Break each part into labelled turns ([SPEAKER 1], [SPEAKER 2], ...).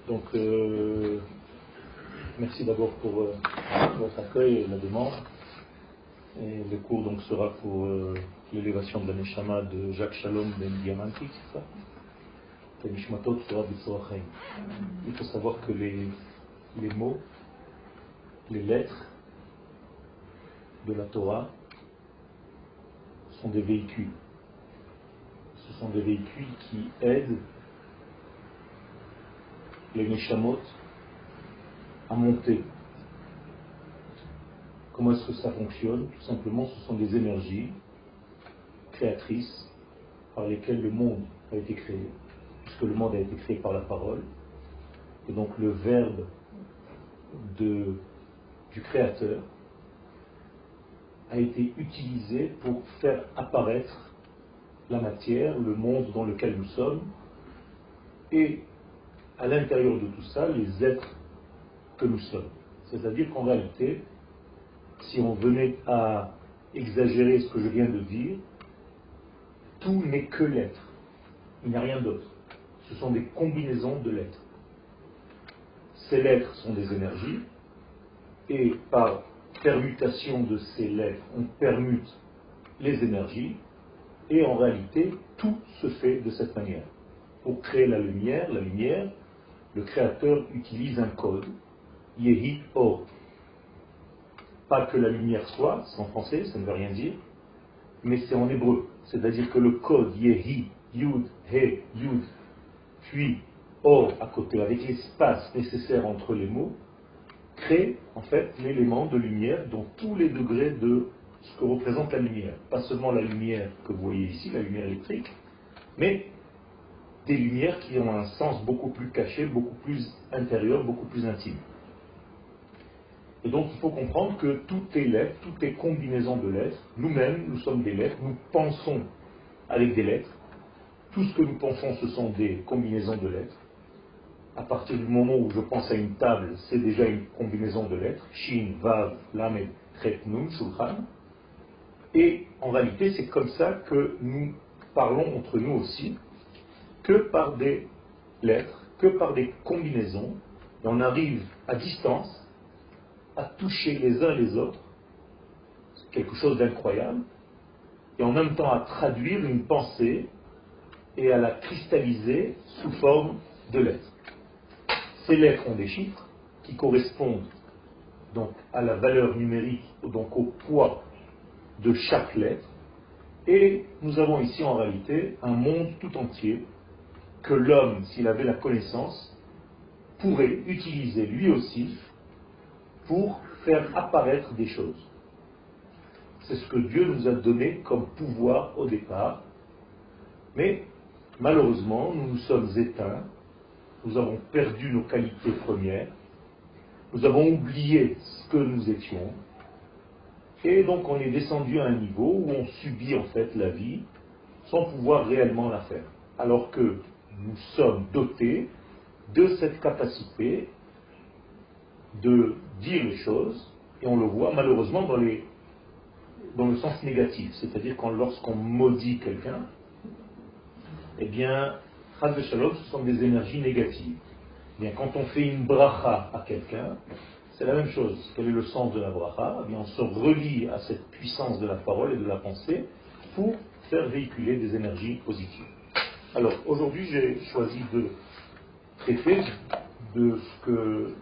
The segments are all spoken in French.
[SPEAKER 1] Donc, merci d'abord pour votre accueil et la demande. Et le cours donc sera pour l'élévation de la Neshama de Jacques Shalom Ben Diamanti, c'est ça? Nishmatot sera B'Sorah Chaim. Il faut savoir que les mots, les lettres de la Torah sont des véhicules. Ce sont des véhicules qui aident les Neshamot à monter. Comment est-ce que ça fonctionne? Tout simplement, ce sont des énergies créatrices par lesquelles le monde a été créé, puisque le monde a été créé par la parole. Et donc le verbe du Créateur a été utilisé pour faire apparaître la matière, le monde dans lequel nous sommes, et à l'intérieur de tout ça, les êtres que nous sommes. C'est-à-dire qu'en réalité, si on venait à exagérer ce que je viens de dire, tout n'est que l'être. Il n'y a rien d'autre. Ce sont des combinaisons de l'être. Ces lettres sont des énergies, et par permutation de ces lettres, on permute les énergies, et en réalité, tout se fait de cette manière. Pour créer la lumière, le Créateur utilise un code, Yehi Or. Pas que la lumière soit, c'est en français, ça ne veut rien dire, mais c'est en hébreu. C'est-à-dire que le code Yehi, Yud, He, Yud, puis Or à côté, avec l'espace nécessaire entre les mots, crée en fait l'élément de lumière dans tous les degrés de ce que représente la lumière. Pas seulement la lumière que vous voyez ici, la lumière électrique, mais des lumières qui ont un sens beaucoup plus caché, beaucoup plus intérieur, beaucoup plus intime. Et donc il faut comprendre que tout est lettres, tout est combinaison de lettres. Nous-mêmes, nous sommes des lettres, nous pensons avec des lettres. Tout ce que nous pensons, ce sont des combinaisons de lettres. À partir du moment où je pense à une table, c'est déjà une combinaison de lettres. Shin, Vav, Lamed, Chet, Nun, Shulchan. Et en réalité, c'est comme ça que nous parlons entre nous aussi, que par des lettres, que par des combinaisons. Et on arrive à distance à toucher les uns les autres, c'est quelque chose d'incroyable, et en même temps à traduire une pensée et à la cristalliser sous forme de lettres. Ces lettres ont des chiffres qui correspondent donc à la valeur numérique, donc au poids de chaque lettre, et nous avons ici en réalité un monde tout entier que l'homme, s'il avait la connaissance, pourrait utiliser lui aussi pour faire apparaître des choses. C'est ce que Dieu nous a donné comme pouvoir au départ, mais malheureusement, nous nous sommes éteints, nous avons perdu nos qualités premières, nous avons oublié ce que nous étions, et donc on est descendu à un niveau où on subit en fait la vie sans pouvoir réellement la faire. Alors que nous sommes dotés de cette capacité de dire les choses, et on le voit malheureusement dans le sens négatif, c'est-à-dire lorsqu'on maudit quelqu'un, eh bien, Chas v'Shalom, ce sont des énergies négatives. Eh bien, quand on fait une bracha à quelqu'un, c'est la même chose. Quel est le sens de la bracha? Eh bien, on se relie à cette puissance de la parole et de la pensée pour faire véhiculer des énergies positives. Alors, aujourd'hui, j'ai choisi de traiter de ce que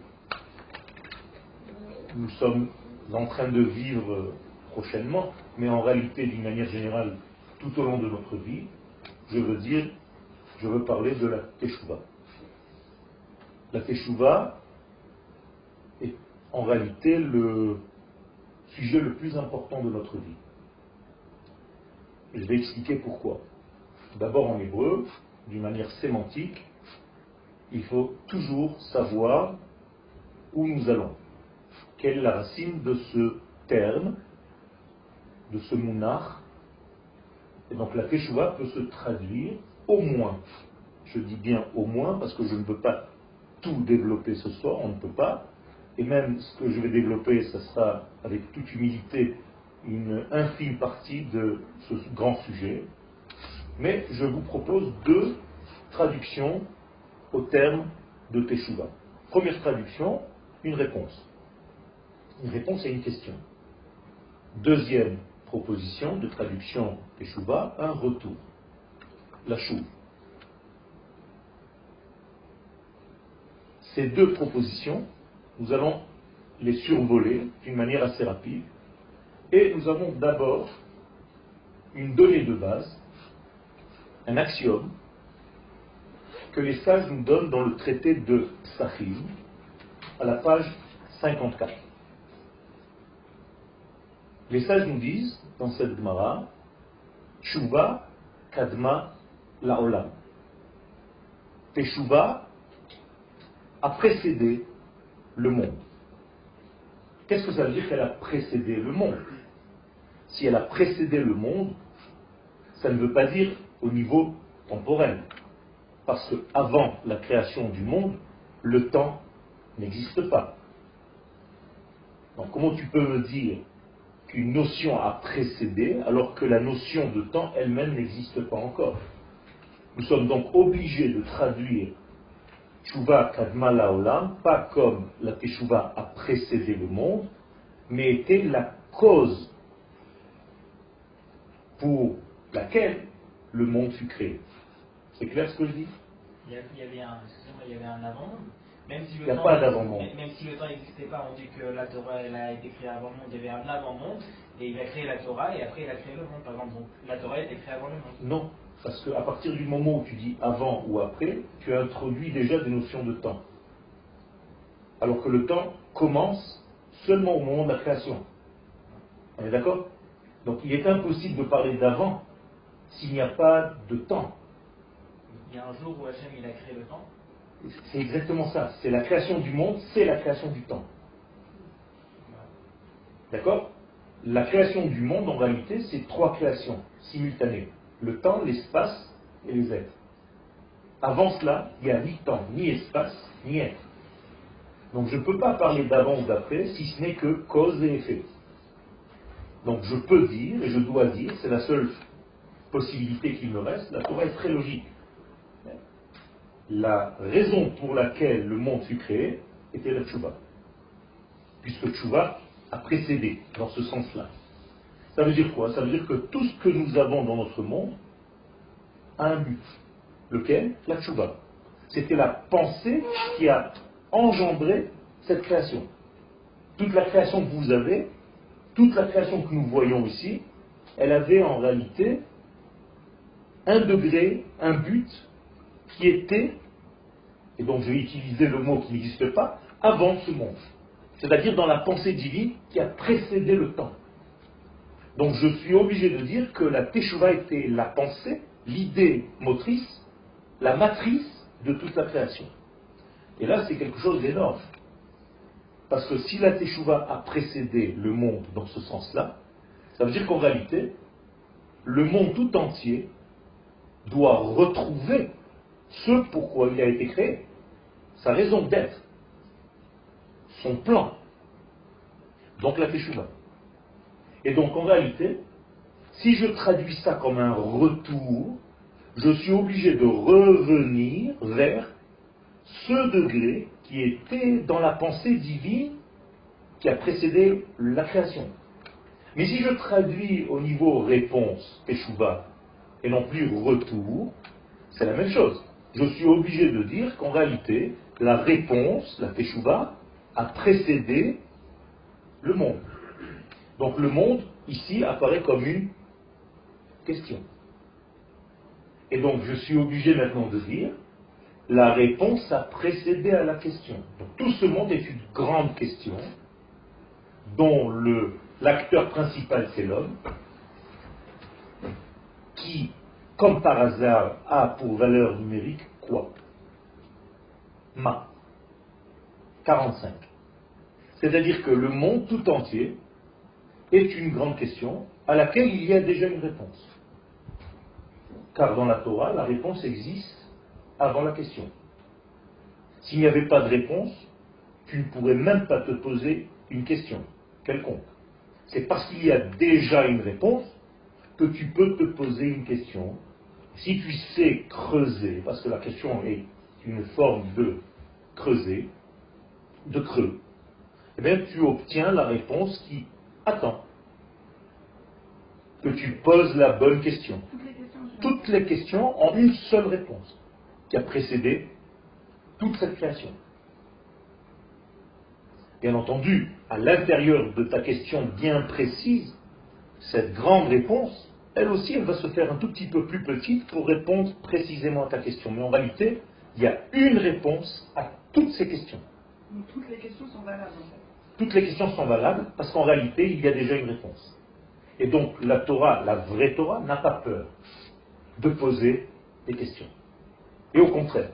[SPEAKER 1] nous sommes en train de vivre prochainement, mais en réalité, d'une manière générale, tout au long de notre vie. Je veux parler de la Teshuvah. La Teshuvah est en réalité le sujet le plus important de notre vie. Je vais expliquer pourquoi. D'abord en hébreu, d'une manière sémantique, il faut toujours savoir où nous allons. Quelle est la racine de ce terme, de ce mounach. Et donc la Teshuvah peut se traduire au moins, je dis bien au moins parce que je ne peux pas tout développer ce soir, on ne peut pas, et même ce que je vais développer, ce sera avec toute humilité une infime partie de ce grand sujet, mais je vous propose deux traductions au terme de Teshuvah. Première traduction, une réponse. Une réponse à une question. Deuxième proposition de traduction Teshuvah, un retour. La chouve. Ces deux propositions, nous allons les survoler d'une manière assez rapide. Et nous avons d'abord une donnée de base, un axiome, que les sages nous donnent dans le traité de Psachim, à la page 54. Les sages nous disent, dans cette Gemara, Tshuva kadma laolam. Teshuva a précédé le monde. Qu'est-ce que ça veut dire qu'elle a précédé le monde? Si elle a précédé le monde, ça ne veut pas dire au niveau temporel. Parce qu'avant la création du monde, le temps n'existe pas. Donc comment tu peux me dire qu'une notion a précédé alors que la notion de temps elle-même n'existe pas encore? Nous sommes donc obligés de traduire Tshuva kadma laolam, pas comme la Teshuva a précédé le monde, mais était la cause pour laquelle le monde fut créé. C'est clair ce que je dis?
[SPEAKER 2] Il y avait un avant-monde. Même si
[SPEAKER 1] il n'y a pas d'avant-monde.
[SPEAKER 2] Même si le temps n'existait pas, on dit que la Torah elle a été créée avant le monde, il y avait un avant-monde, et il a créé la Torah, et après il a créé le monde, par exemple. Donc la Torah a été créée avant le monde.
[SPEAKER 1] Non, parce qu'à partir du moment où tu dis avant ou après, tu as introduit déjà des notions de temps. Alors que le temps commence seulement au moment de la création. On est d'accord? Donc il est impossible de parler d'avant s'il n'y a pas de temps.
[SPEAKER 2] Il y a un jour où Hachem il a créé le temps.
[SPEAKER 1] C'est exactement ça. C'est la création du monde, c'est la création du temps. D'accord? La création du monde, en réalité, c'est trois créations simultanées. Le temps, l'espace et les êtres. Avant cela, il n'y a ni temps, ni espace, ni être. Donc je ne peux pas parler d'avant ou d'après, si ce n'est que cause et effet. Donc je peux dire, et je dois dire, c'est la seule possibilité qu'il me reste, la Torah est très logique. La raison pour laquelle le monde fut créé était la Tshuva. Puisque Tshuva a précédé dans ce sens-là. Ça veut dire quoi? Ça veut dire que tout ce que nous avons dans notre monde a un but. Lequel? La Tshuva. C'était la pensée qui a engendré cette création. Toute la création que vous avez, toute la création que nous voyons ici, elle avait en réalité un degré, un but qui était, et donc je vais utiliser le mot qui n'existe pas, avant ce monde. C'est-à-dire dans la pensée divine qui a précédé le temps. Donc je suis obligé de dire que la Teshuvah était la pensée, l'idée motrice, la matrice de toute la création. Et là c'est quelque chose d'énorme. Parce que si la Teshuvah a précédé le monde dans ce sens-là, ça veut dire qu'en réalité, le monde tout entier doit retrouver ce pourquoi il a été créé, sa raison d'être, son plan. Donc la Teshuvah. Et donc en réalité, si je traduis ça comme un retour, je suis obligé de revenir vers ce degré qui était dans la pensée divine qui a précédé la création. Mais si je traduis au niveau réponse, Teshuvah, et non plus retour, c'est la même chose. Je suis obligé de dire qu'en réalité, la réponse, la Teshuvah, a précédé le monde. Donc le monde, ici, apparaît comme une question. Et donc je suis obligé maintenant de dire, la réponse a précédé à la question. Donc tout ce monde est une grande question, dont l'acteur principal c'est l'homme, qui, comme par hasard, a pour valeur numérique quoi? Ma. 45. C'est-à-dire que le monde tout entier est une grande question à laquelle il y a déjà une réponse. Car dans la Torah, la réponse existe avant la question. S'il n'y avait pas de réponse, tu ne pourrais même pas te poser une question quelconque. C'est parce qu'il y a déjà une réponse que tu peux te poser une question. Si tu sais creuser, parce que la question est une forme de creuser, de creux, eh bien tu obtiens la réponse qui attend que tu poses la bonne question. Toutes les questions ont une seule réponse qui a précédé toute cette création. Bien entendu, à l'intérieur de ta question bien précise, cette grande réponse, elle aussi, elle va se faire un tout petit peu plus petite pour répondre précisément à ta question. Mais en réalité, il y a une réponse à toutes ces questions.
[SPEAKER 3] Donc toutes les questions sont valables en fait.
[SPEAKER 1] Toutes les questions sont valables parce qu'en réalité, il y a déjà une réponse. Et donc, la Torah, la vraie Torah, n'a pas peur de poser des questions. Et au contraire,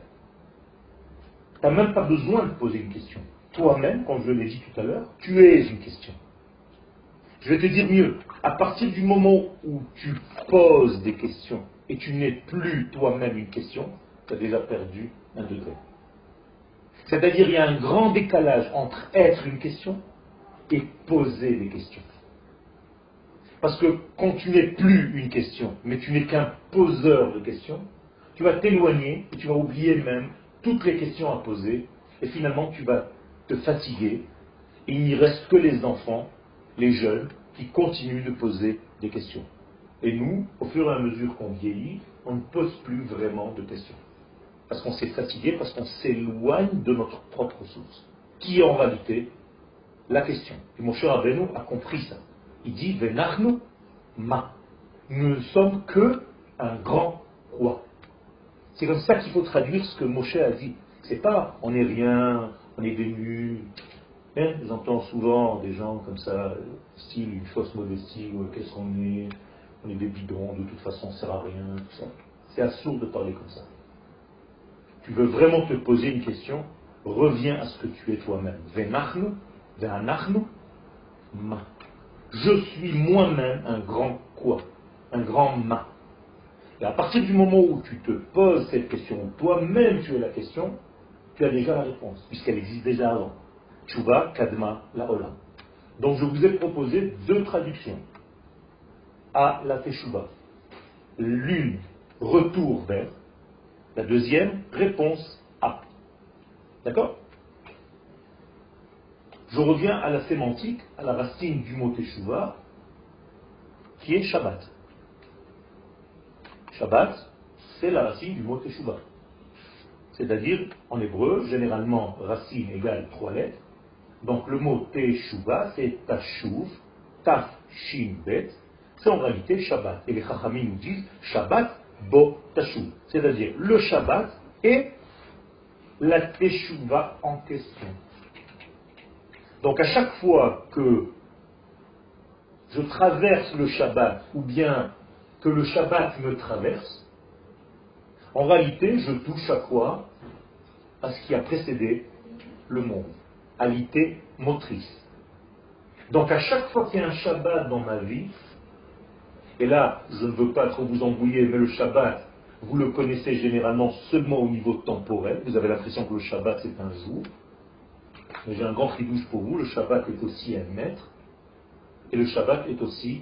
[SPEAKER 1] tu n'as même pas besoin de poser une question. Toi-même, comme je l'ai dit tout à l'heure, tu es une question. Je vais te dire mieux, à partir du moment où tu poses des questions et tu n'es plus toi-même une question, tu as déjà perdu un degré. C'est-à-dire il y a un grand décalage entre être une question et poser des questions. Parce que quand tu n'es plus une question, mais tu n'es qu'un poseur de questions, tu vas t'éloigner et tu vas oublier même toutes les questions à poser et finalement tu vas te fatiguer et il n'y reste que les enfants, les jeunes, qui continuent de poser des questions. Et nous, au fur et à mesure qu'on vieillit, on ne pose plus vraiment de questions. Parce qu'on s'est fatigué, parce qu'on s'éloigne de notre propre source, qui est en réalité la question. Et mon cher Rabbeinu a compris ça. Il dit, Venachnu ma. Nous ne sommes que un grand roi. C'est comme ça qu'il faut traduire ce que Moshe a dit. C'est pas, on n'est rien, on est des nuls. Hein, j'entends souvent des gens comme ça, style une fausse modestie, qu'est-ce qu'on est, on est des bidons, de toute façon on ne sert à rien, tout ça. C'est absurde de parler comme ça. Tu veux vraiment te poser une question, reviens à ce que tu es toi-même. Venachnu, venachnu, ma. Je suis moi-même un grand quoi? Un grand ma. Et à partir du moment où tu te poses cette question, où toi-même tu es la question, tu as déjà la réponse, puisqu'elle existe déjà avant. Tshuva, Kadma, la Olam. Donc je vous ai proposé deux traductions à la Teshuva. L'une, retour vers. La deuxième, réponse à. D'accord? Je reviens à la sémantique, à la racine du mot Teshuva, qui est Shabbat. Shabbat, c'est la racine du mot Teshuva. C'est-à-dire, en hébreu, généralement, racine égale 3 lettres. Donc le mot Teshuva, c'est Tashuv, Taf, Shin, Bet. C'est en réalité Shabbat. Et les Chachamim nous disent Shabbat, Bo, Tashuv. C'est-à-dire le Shabbat et la Teshuva en question. Donc à chaque fois que je traverse le Shabbat, ou bien que le Shabbat me traverse, en réalité, je touche à quoi? À ce qui a précédé le monde, à l'ité motrice. Donc à chaque fois qu'il y a un Shabbat dans ma vie, et là, je ne veux pas trop vous embrouiller, mais le Shabbat, vous le connaissez généralement seulement au niveau temporel, vous avez l'impression que le Shabbat c'est un jour, mais j'ai un grand chidouche pour vous, le Shabbat est aussi un maître, et le Shabbat est aussi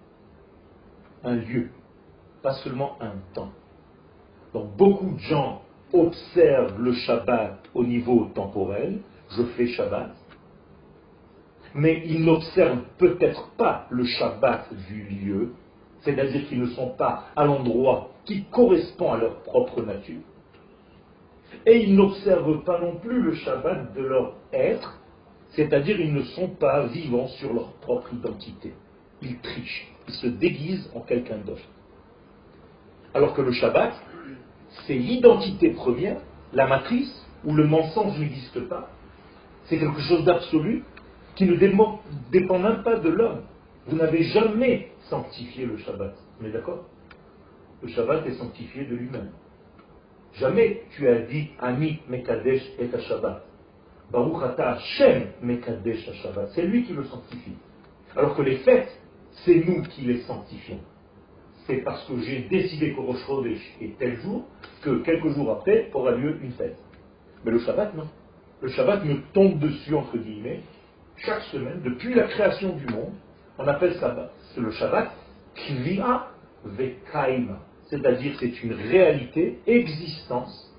[SPEAKER 1] un lieu, pas seulement un temps. Donc beaucoup de gens observent le Shabbat au niveau temporel, je fais Shabbat, mais ils n'observent peut-être pas le Shabbat du lieu, c'est-à-dire qu'ils ne sont pas à l'endroit qui correspond à leur propre nature, et ils n'observent pas non plus le Shabbat de leur être, c'est-à-dire ils ne sont pas vivants sur leur propre identité. Ils trichent, ils se déguisent en quelqu'un d'autre. Alors que le Shabbat, c'est l'identité première, la matrice, où le mensonge n'existe pas. C'est quelque chose d'absolu qui ne dépend même pas de l'homme. Vous n'avez jamais sanctifié le Shabbat. Mais d'accord? Le Shabbat est sanctifié de lui-même. Jamais tu as dit Ani Mekadesh et Shabbat. Baruch Ata Hashem Mekadesh Shabbat. C'est lui qui le sanctifie. Alors que les fêtes, c'est nous qui les sanctifions. C'est parce que j'ai décidé que Rosh Chodesh est tel jour que quelques jours après aura lieu une fête. Mais le Shabbat, non. Le Shabbat me tombe dessus, entre guillemets, chaque semaine, depuis la création du monde. On appelle ça le Shabbat Kriya Vekaima. C'est-à-dire c'est une réalité, existence,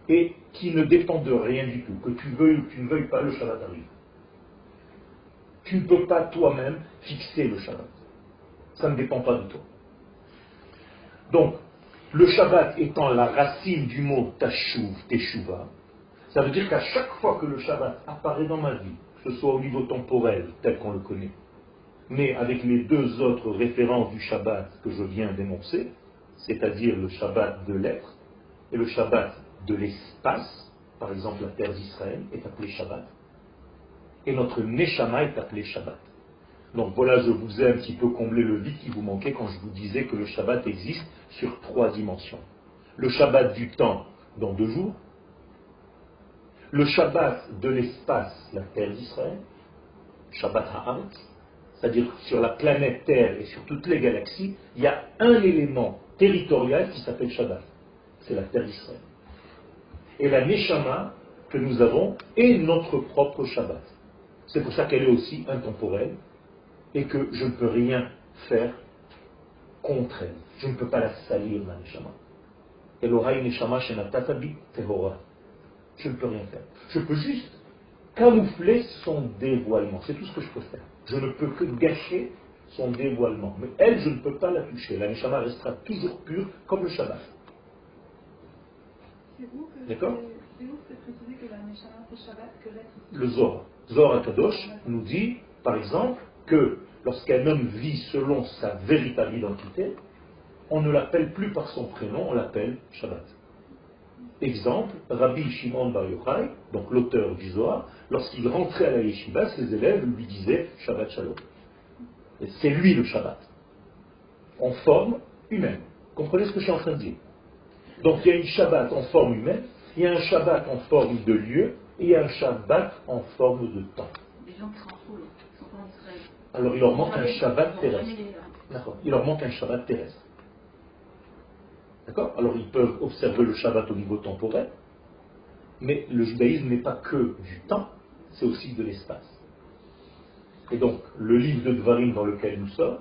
[SPEAKER 1] et qui ne dépend de rien du tout. Que tu veuilles ou que tu ne veuilles pas, le Shabbat arrive. Tu ne peux pas toi-même fixer le Shabbat. Ça ne dépend pas de toi. Donc, le Shabbat étant la racine du mot Tashuv, Teshuva, ça veut dire qu'à chaque fois que le Shabbat apparaît dans ma vie, que ce soit au niveau temporel, tel qu'on le connaît, mais avec les deux autres références du Shabbat que je viens d'énoncer, c'est-à-dire le Shabbat de l'être et le Shabbat de l'espace, par exemple la terre d'Israël est appelée Shabbat, et notre Neshama est appelé Shabbat. Donc voilà, je vous ai un petit peu comblé le vide qui vous manquait quand je vous disais que le Shabbat existe sur 3 dimensions. Le Shabbat du temps dans 2 jours, le Shabbat de l'espace, la terre d'Israël, Shabbat Haaretz, c'est-à-dire sur la planète Terre et sur toutes les galaxies, il y a un élément territorial qui s'appelle Shabbat, c'est la terre d'Israël. Et la Neshama que nous avons est notre propre Shabbat. C'est pour ça qu'elle est aussi intemporelle et que je ne peux rien faire contre elle. Je ne peux pas la salir, ma Neshama. Elohai Neshama Shenatatabi Tehora. Je ne peux rien faire. Je peux juste camoufler son dévoilement. C'est tout ce que je peux faire. Je ne peux que gâcher son dévoilement. Mais elle, je ne peux pas la toucher. La Neshama restera toujours pure comme le Shabbat. D'accord?
[SPEAKER 3] C'est où c'est précisé que la Neshama c'est Shabbat, que l'être
[SPEAKER 1] Le Zohar. Zohar Kadosh nous dit, par exemple, que lorsqu'un homme vit selon sa véritable identité, on ne l'appelle plus par son prénom, on l'appelle Shabbat. Exemple, Rabbi Shimon Bar Yochai, donc l'auteur du Zohar, lorsqu'il rentrait à la yeshiva, ses élèves lui disaient Shabbat Shalom. Et c'est lui le Shabbat, en forme humaine. Comprenez ce que je suis en train de dire? Donc il y a une Shabbat en forme humaine, il y a un Shabbat en forme de lieu, et il y a un Shabbat en forme de temps.
[SPEAKER 3] des gens qui s'en foulent, qui sont pas en Israël.
[SPEAKER 1] Alors il leur manque un Shabbat terrestre. D'accord. Il leur manque un Shabbat terrestre. D'accord? Alors ils peuvent observer le Shabbat au niveau temporel, mais le judaïsme n'est pas que du temps, c'est aussi de l'espace. Et donc, le livre de Dvarim dans lequel nous sommes,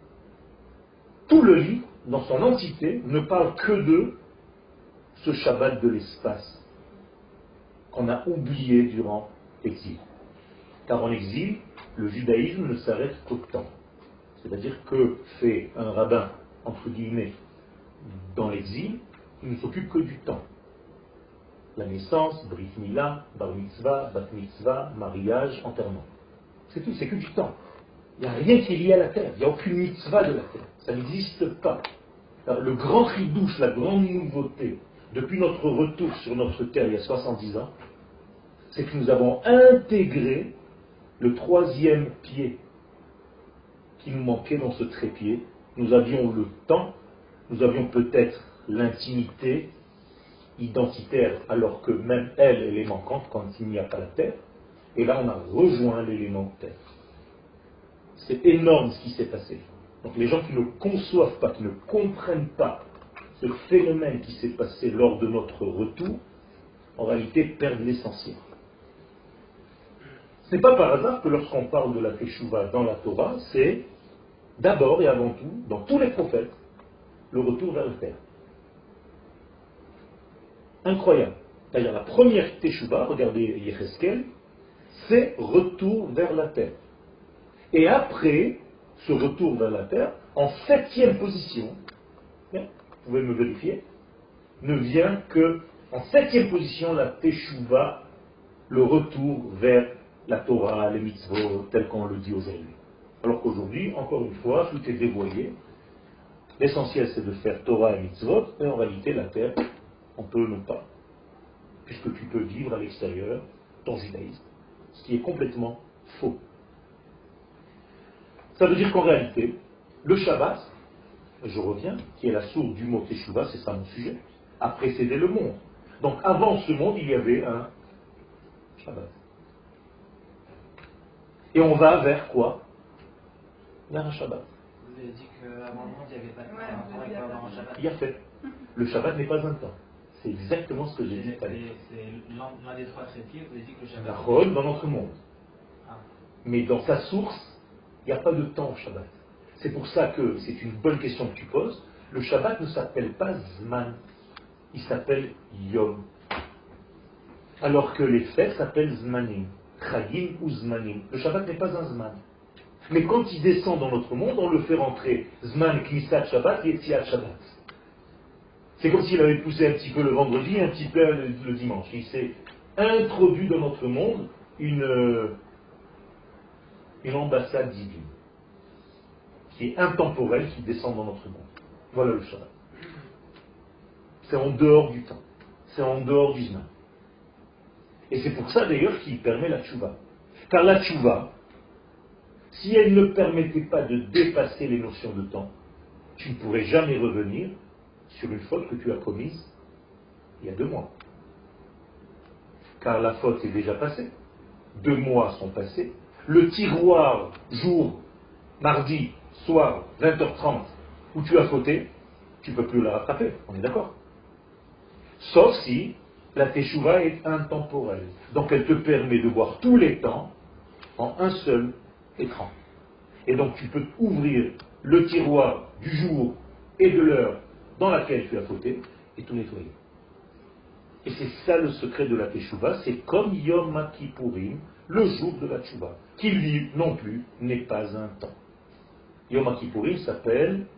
[SPEAKER 1] tout le livre, dans son entité, ne parle que de ce Shabbat de l'espace qu'on a oublié durant l'exil. Car en exil, le judaïsme ne s'arrête qu'au temps. C'est-à-dire que fait un rabbin, entre guillemets, dans l'exil, il ne s'occupe que du temps. La naissance, Brit Mila, Bar Mitzvah, Bat Mitzvah, mariage, enterrement. C'est tout, c'est que du temps. Il n'y a rien qui est lié à la terre. Il n'y a aucune mitzvah de la terre. Ça n'existe pas. Alors, le grand chidouche, la grande nouveauté, depuis notre retour sur notre terre il y a 70 ans, c'est que nous avons intégré le 3e pied qui nous manquait dans ce trépied. Nous avions le temps, nous avions peut-être l'intimité identitaire, alors que même elle est manquante quand il n'y a pas la terre. Et là, on a rejoint l'élément terre. C'est énorme ce qui s'est passé. Donc les gens qui ne conçoivent pas, qui ne comprennent pas ce phénomène qui s'est passé lors de notre retour, en réalité perdent l'essentiel. Ce n'est pas par hasard que lorsqu'on parle de la Teshuvah dans la Torah, c'est d'abord et avant tout, dans tous les prophètes, le retour vers la terre. Incroyable. C'est-à-dire la première Teshuvah, regardez Yecheskel, c'est retour vers la terre. Et après ce retour vers la terre, en 7e position, vous pouvez me vérifier, ne vient que en 7e position la Teshuvah, le retour vers la Torah, les mitzvot, tel qu'on le dit aujourd'hui. Alors qu'aujourd'hui, encore une fois, tout est dévoyé. L'essentiel c'est de faire Torah et mitzvot, mais en réalité la terre, on peut ne pas, puisque tu peux vivre à l'extérieur ton judaïsme, ce qui est complètement faux. Ça veut dire qu'en réalité, le Shabbat, je reviens, qui est la source du mot Teshuvah, c'est ça mon sujet, a précédé le monde. Donc avant ce monde, il y avait un Shabbat. Et on va vers quoi? Vers un Shabbat.
[SPEAKER 2] Vous avez dit qu'avant le monde, il n'y avait pas de temps, il peut avoir un Shabbat.
[SPEAKER 1] Il y a fait. Le Shabbat n'est pas un temps. C'est exactement ce que j'ai dit tout à l'heure.
[SPEAKER 2] C'est l'un des 3 traités, vous avez dit que le Shabbat...
[SPEAKER 1] La Chol dans notre monde.
[SPEAKER 2] Ah.
[SPEAKER 1] Mais dans sa source, il n'y a pas de temps au Shabbat. C'est pour ça que c'est une bonne question que tu poses. Le Shabbat ne s'appelle pas Zman, il s'appelle Yom. Alors que les fêtes s'appellent Zmanim. Chagim ou Zmanim. Le Shabbat n'est pas un Zman. Mais quand il descend dans notre monde, on le fait rentrer. Zman Knisat Shabbat, Yetziat Shabbat. C'est comme s'il avait poussé un petit peu le vendredi, un petit peu le dimanche. Il s'est introduit dans notre monde une ambassade divine, qui est intemporelle, qui descend dans notre monde. Voilà le Shabbat. C'est en dehors du temps. C'est en dehors du Zman. Et c'est pour ça d'ailleurs qu'il permet la tchouva. Car la tchouva, si elle ne permettait pas de dépasser les notions de temps, tu ne pourrais jamais revenir sur une faute que tu as commise il y a 2 mois. Car la faute est déjà passée. 2 mois sont passés. Le tiroir, jour, mardi, soir, 20h30, où tu as fauté, tu ne peux plus la rattraper. On est d'accord? Sauf si la teshuva est intemporelle. Donc elle te permet de voir tous les temps en un seul écran. Et donc tu peux ouvrir le tiroir du jour et de l'heure dans laquelle tu as fauté et tout nettoyer. Et c'est ça le secret de la teshuva, c'est comme Yom Kippourim, le jour de la teshuva, qui lui non plus n'est pas un temps. Yom Kippourim s'appelle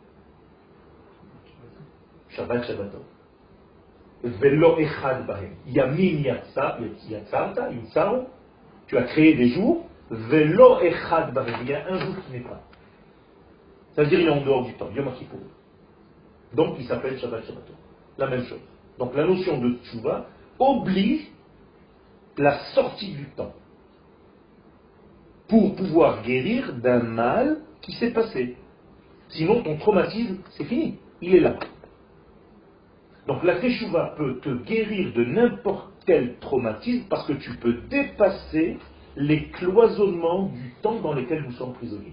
[SPEAKER 1] Shabbat Shabbatot. Velo echad bahem. Yamin yatzarta, yitzaru. Tu as créé des jours. Velo echad bahem. Il y a un jour qui n'est pas. Ça veut dire qu'il est en dehors du temps. Yom Kippur. Donc il s'appelle Shabbat Shabbatot. La même chose. Donc la notion de tchouva oblige la sortie du temps pour pouvoir guérir d'un mal qui s'est passé. Sinon ton traumatisme, c'est fini. Il est là. Donc la teshuva peut te guérir de n'importe quel traumatisme parce que tu peux dépasser les cloisonnements du temps dans lesquels nous sommes prisonniers.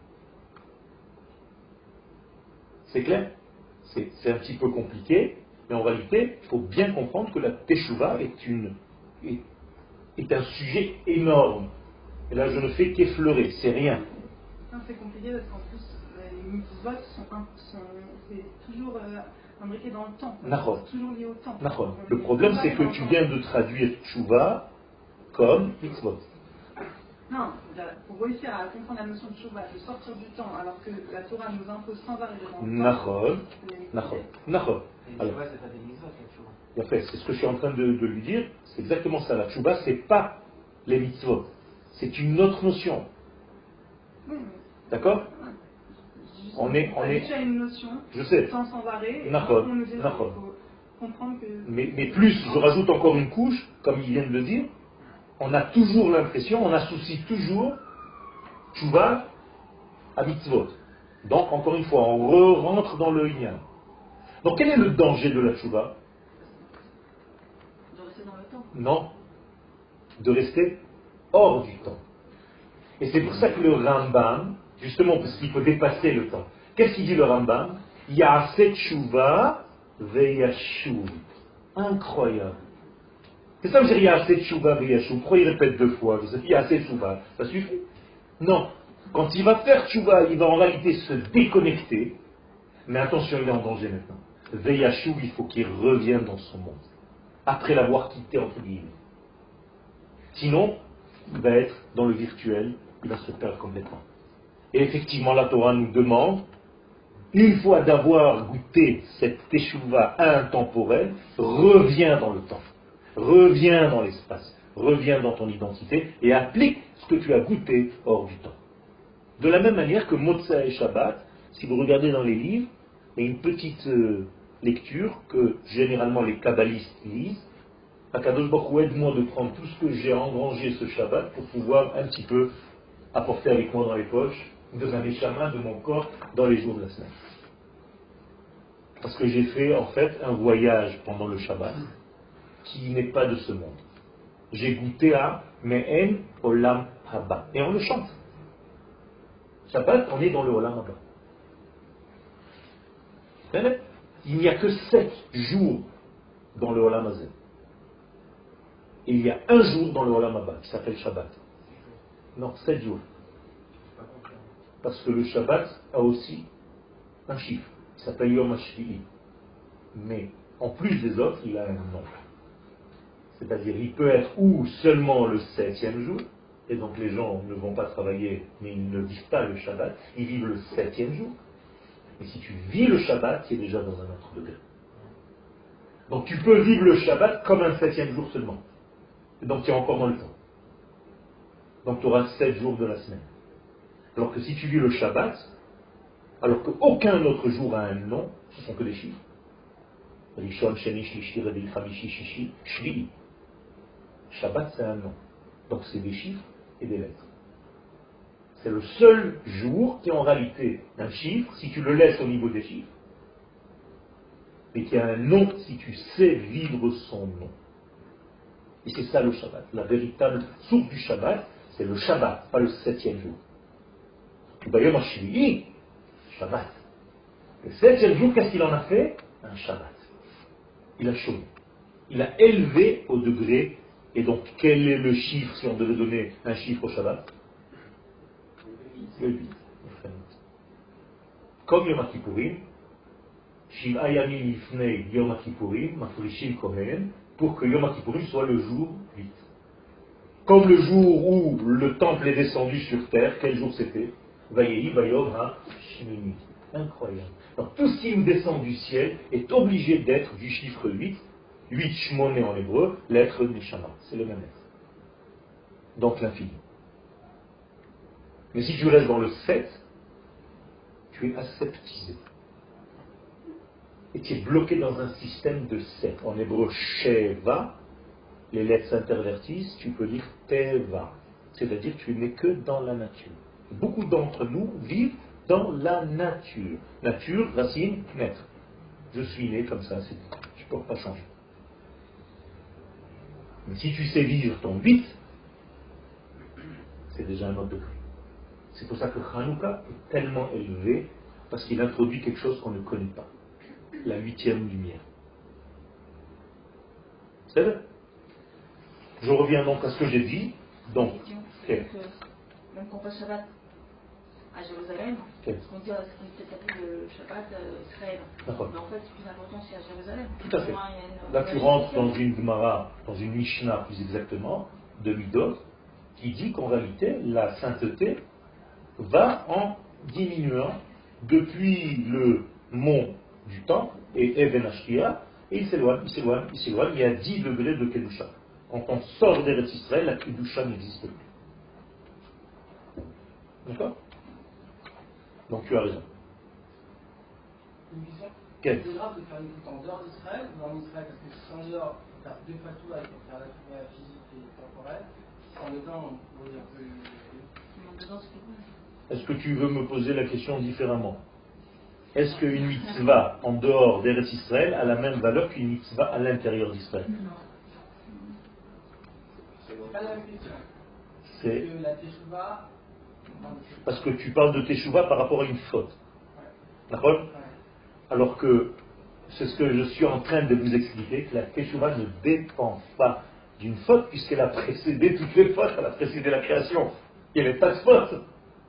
[SPEAKER 1] C'est clair? C'est un petit peu compliqué, mais en réalité, il faut bien comprendre que la teshuva est un sujet énorme. Et là, je ne fais qu'effleurer, c'est rien.
[SPEAKER 3] Non, c'est compliqué parce qu'en plus, les mitzvot c'est toujours imbriqué dans le temps. C'est toujours lié au temps.
[SPEAKER 1] Le problème, c'est que tu viens de traduire tchouva comme mitzvot.
[SPEAKER 3] Non, pour réussir à comprendre la notion de tchouva, de sortir du temps, alors que la Torah nous impose sans arrêt dans le temps.
[SPEAKER 1] Alors, c'est ce que je suis en train de lui dire, c'est exactement ça. La tchouva, c'est pas les mitzvot. C'est une autre notion.
[SPEAKER 3] Oui,
[SPEAKER 1] d'accord? On est
[SPEAKER 3] déjà une notion,
[SPEAKER 1] je sais.
[SPEAKER 3] sans arrêt, et
[SPEAKER 1] D'accord.
[SPEAKER 3] on nous dit qu'il faut comprendre que...
[SPEAKER 1] Mais plus, je rajoute encore une couche, comme il vient de le dire, on a toujours l'impression, on associe toujours tchouva à mitzvot. Donc, encore une fois, on rentre dans le yin. Donc, quel est le danger de la tchouva?
[SPEAKER 3] De rester dans le temps.
[SPEAKER 1] Non, de rester hors du temps. Et c'est pour ça que le Rambam, justement parce qu'il faut dépasser le temps, qu'est-ce qu'il dit le Rambam? Ya'aseh tchouva ve'yashuv. Incroyable. C'est ça que je veux dire, Ya'aseh tchouva ve'yashuv. Pourquoi il répète 2 fois? Ya'aseh tchouva, ça suffit? Non. Quand il va faire tchouva, il va en réalité se déconnecter. Mais attention, il est en danger maintenant. Ve'yashuv, il faut qu'il revienne dans son monde. Après l'avoir quitté, entre guillemets. Sinon, il va être dans le virtuel, il va se perdre complètement. Et effectivement, la Torah nous demande, une fois d'avoir goûté cette teshuva intemporelle, reviens dans le temps, reviens dans l'espace, reviens dans ton identité et applique ce que tu as goûté hors du temps. De la même manière que Motza et Shabbat, si vous regardez dans les livres, il y a une petite lecture que généralement les kabbalistes lisent. Akadosh Baruch Hu, aide-moi de prendre tout ce que j'ai engrangé ce Shabbat pour pouvoir un petit peu apporter avec moi dans les poches de ma neshama, de mon corps, dans les jours de la semaine. Parce que j'ai fait en fait un voyage pendant le Shabbat qui n'est pas de ce monde. J'ai goûté à Me'en Olam Haba. Et on le chante. Shabbat, on est dans le Olam Haba. Il n'y a que 7 jours dans le Olam Hazeh. Et il y a un jour dans le Olam Haba qui s'appelle Shabbat. Non, 7 jours. Parce que le Shabbat a aussi un chiffre. Il s'appelle Yom HaShvi'i. Mais en plus des autres, il a un nom. C'est-à-dire, il peut être ou seulement le 7e jour, et donc les gens ne vont pas travailler, mais ils ne vivent pas le Shabbat, ils vivent le 7e jour. Mais si tu vis le Shabbat, tu es déjà dans un autre degré. Donc tu peux vivre le Shabbat comme un 7e jour seulement. Et donc tu es encore dans le temps. Donc tu auras 7 jours de la semaine. Alors que si tu vis le Shabbat, alors qu'aucun autre jour a un nom, ce sont que des chiffres. Rishon, Sheni, Shlishi, Revi, Chamishi, Shishi, Shvi. Shabbat, c'est un nom. Donc c'est des chiffres et des lettres. C'est le seul jour qui est en réalité un chiffre, si tu le laisses au niveau des chiffres, mais qui a un nom si tu sais vivre son nom. Et c'est ça le Shabbat. La véritable source du Shabbat, c'est le Shabbat, pas le 7e jour. Bayom HaShvi'i, Shabbat. Le 7e jour, qu'est-ce qu'il en a fait? Un Shabbat. Il a chômé. Il a élevé au degré. Et donc, quel est le chiffre si on devait donner un chiffre au Shabbat? Le 8. Comme Yom HaKippourim, Shiv'a Yamim Lifnei Yom HaKippourim, Mafrishim Kohen, pour que Yom HaKippourim soit le jour 8. Comme le jour où le temple est descendu sur terre, quel jour c'était? Vayehi Vayom HaShmini. Incroyable. Donc tout ce qui nous descend du ciel est obligé d'être du chiffre 8. 8 Shmoné en hébreu, l'être Neshama. C'est le même être. Donc l'infini. Mais si tu restes dans le 7, tu es aseptisé. Et tu es bloqué dans un système de 7. En hébreu, Sheva, les lettres s'intervertissent, tu peux dire Teva. C'est-à-dire que tu n'es que dans la nature. Beaucoup d'entre nous vivent dans la nature. Nature, racine, naître. Je suis né comme ça, c'est tout. Je ne peux pas changer. Mais si tu sais vivre ton 8, c'est déjà un autre degré. C'est pour ça que Hanouka est tellement élevé, parce qu'il introduit quelque chose qu'on ne connaît pas. La 8e lumière. C'est vrai? Je reviens donc à ce que j'ai dit. Donc,
[SPEAKER 4] même quand on passe Shabbat à Jérusalem, on dit qu'on peut appeler le Shabbat Israël. Mais en fait, c'est plus important, c'est à Jérusalem.
[SPEAKER 1] Tout à fait. Là, tu rentres dans une Gemara, dans une Mishnah plus exactement, de Midot, qui dit qu'en réalité, la sainteté va en diminuant depuis le mont du temple et Even Ashkia, et il s'éloigne, il s'éloigne, il s'éloigne. Il y a 10 degrés de Kedusha. Quand on sort d'Eretz Israël, la Kedusha n'existe plus. D'accord? Donc tu as raison.
[SPEAKER 5] Une question.
[SPEAKER 1] Quelle?
[SPEAKER 5] C'est grave de faire une écoute en dehors d'Israël ou en Israël? Parce que si c'est en dehors, il faut faire deux fois tout avec pour faire la trouvaille physique et temporelle. Si c'est en dedans, on peut dire que.
[SPEAKER 1] Est-ce que tu veux me poser la question différemment? Est-ce qu'une mitzvah en dehors d'Eretz Israël a la même valeur qu'une mitzvah à l'intérieur d'Israël?
[SPEAKER 5] C'est pas la même question.
[SPEAKER 1] C'est
[SPEAKER 5] que la teshuva.
[SPEAKER 1] parce que tu parles de teshuva par rapport à une faute. D'accord? Alors que c'est ce que je suis en train de vous expliquer, que la teshuva ne dépend pas d'une faute, puisqu'elle a précédé toutes les fautes, elle a précédé la création. Il n'y avait pas de faute.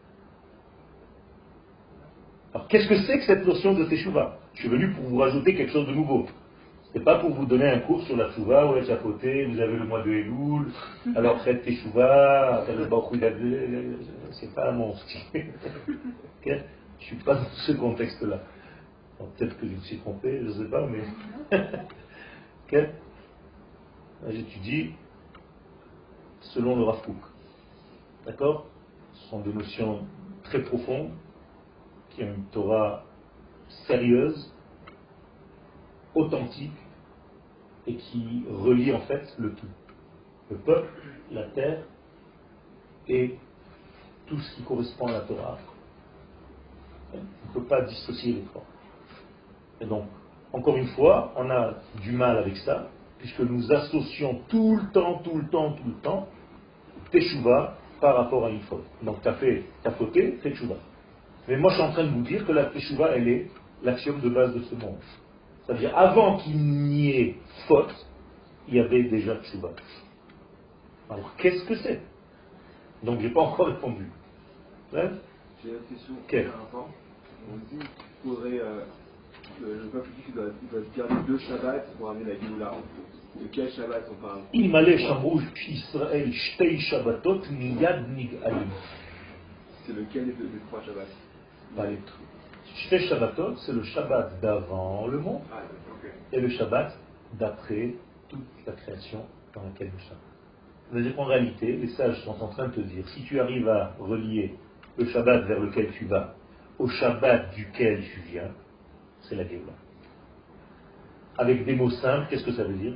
[SPEAKER 1] Alors qu'est-ce que c'est que cette notion de teshuva? Je suis venu pour vous rajouter quelque chose de nouveau. Ce n'est pas pour vous donner un cours sur la teshuva, ou à côté, vous avez le mois de Elul, alors faites teshuva, c'est pas mon style. Okay? Je ne suis pas dans ce contexte-là. Bon, peut-être que je me suis trompé, je ne sais pas, mais... Okay? J'étudie selon le Rav Kook. D'accord? Ce sont des notions très profondes, qui ont une Torah sérieuse, authentique, et qui relie en fait le tout. Le peuple, la terre, et tout ce qui correspond à la Torah. On ne peut pas dissocier les trois. Et donc, encore une fois, on a du mal avec ça, puisque nous associons tout le temps, teshuva par rapport à une faute. Donc, tu as fauté, fais teshuva. Mais moi, je suis en train de vous dire que la teshuva, elle est l'axiome de base de ce monde. C'est-à-dire, avant qu'il n'y ait faute, il y avait déjà teshuva. Alors, qu'est-ce que c'est? Donc, je n'ai pas encore répondu. Ouais?
[SPEAKER 6] J'ai une question.
[SPEAKER 1] Quelle?
[SPEAKER 6] On dit qu'il faudrait, le peuple juif doit garder 2 Shabbats pour amener la Géoula. De quel Shabbat on parle?
[SPEAKER 1] Imale Shamrouj Israël Shtei Shabbatot Miyad Nig'alim.
[SPEAKER 6] C'est lequel des trois Shabbats?
[SPEAKER 1] Pas les trois. Shtei Shabbatot, c'est le Shabbat d'avant le monde et le Shabbat d'après toute la création dans laquelle nous sommes. C'est-à-dire qu'en réalité, les sages sont en train de te dire, si tu arrives à relier le Shabbat vers lequel tu vas au Shabbat duquel tu viens, c'est la Géoula. Avec des mots simples, qu'est-ce que ça veut dire?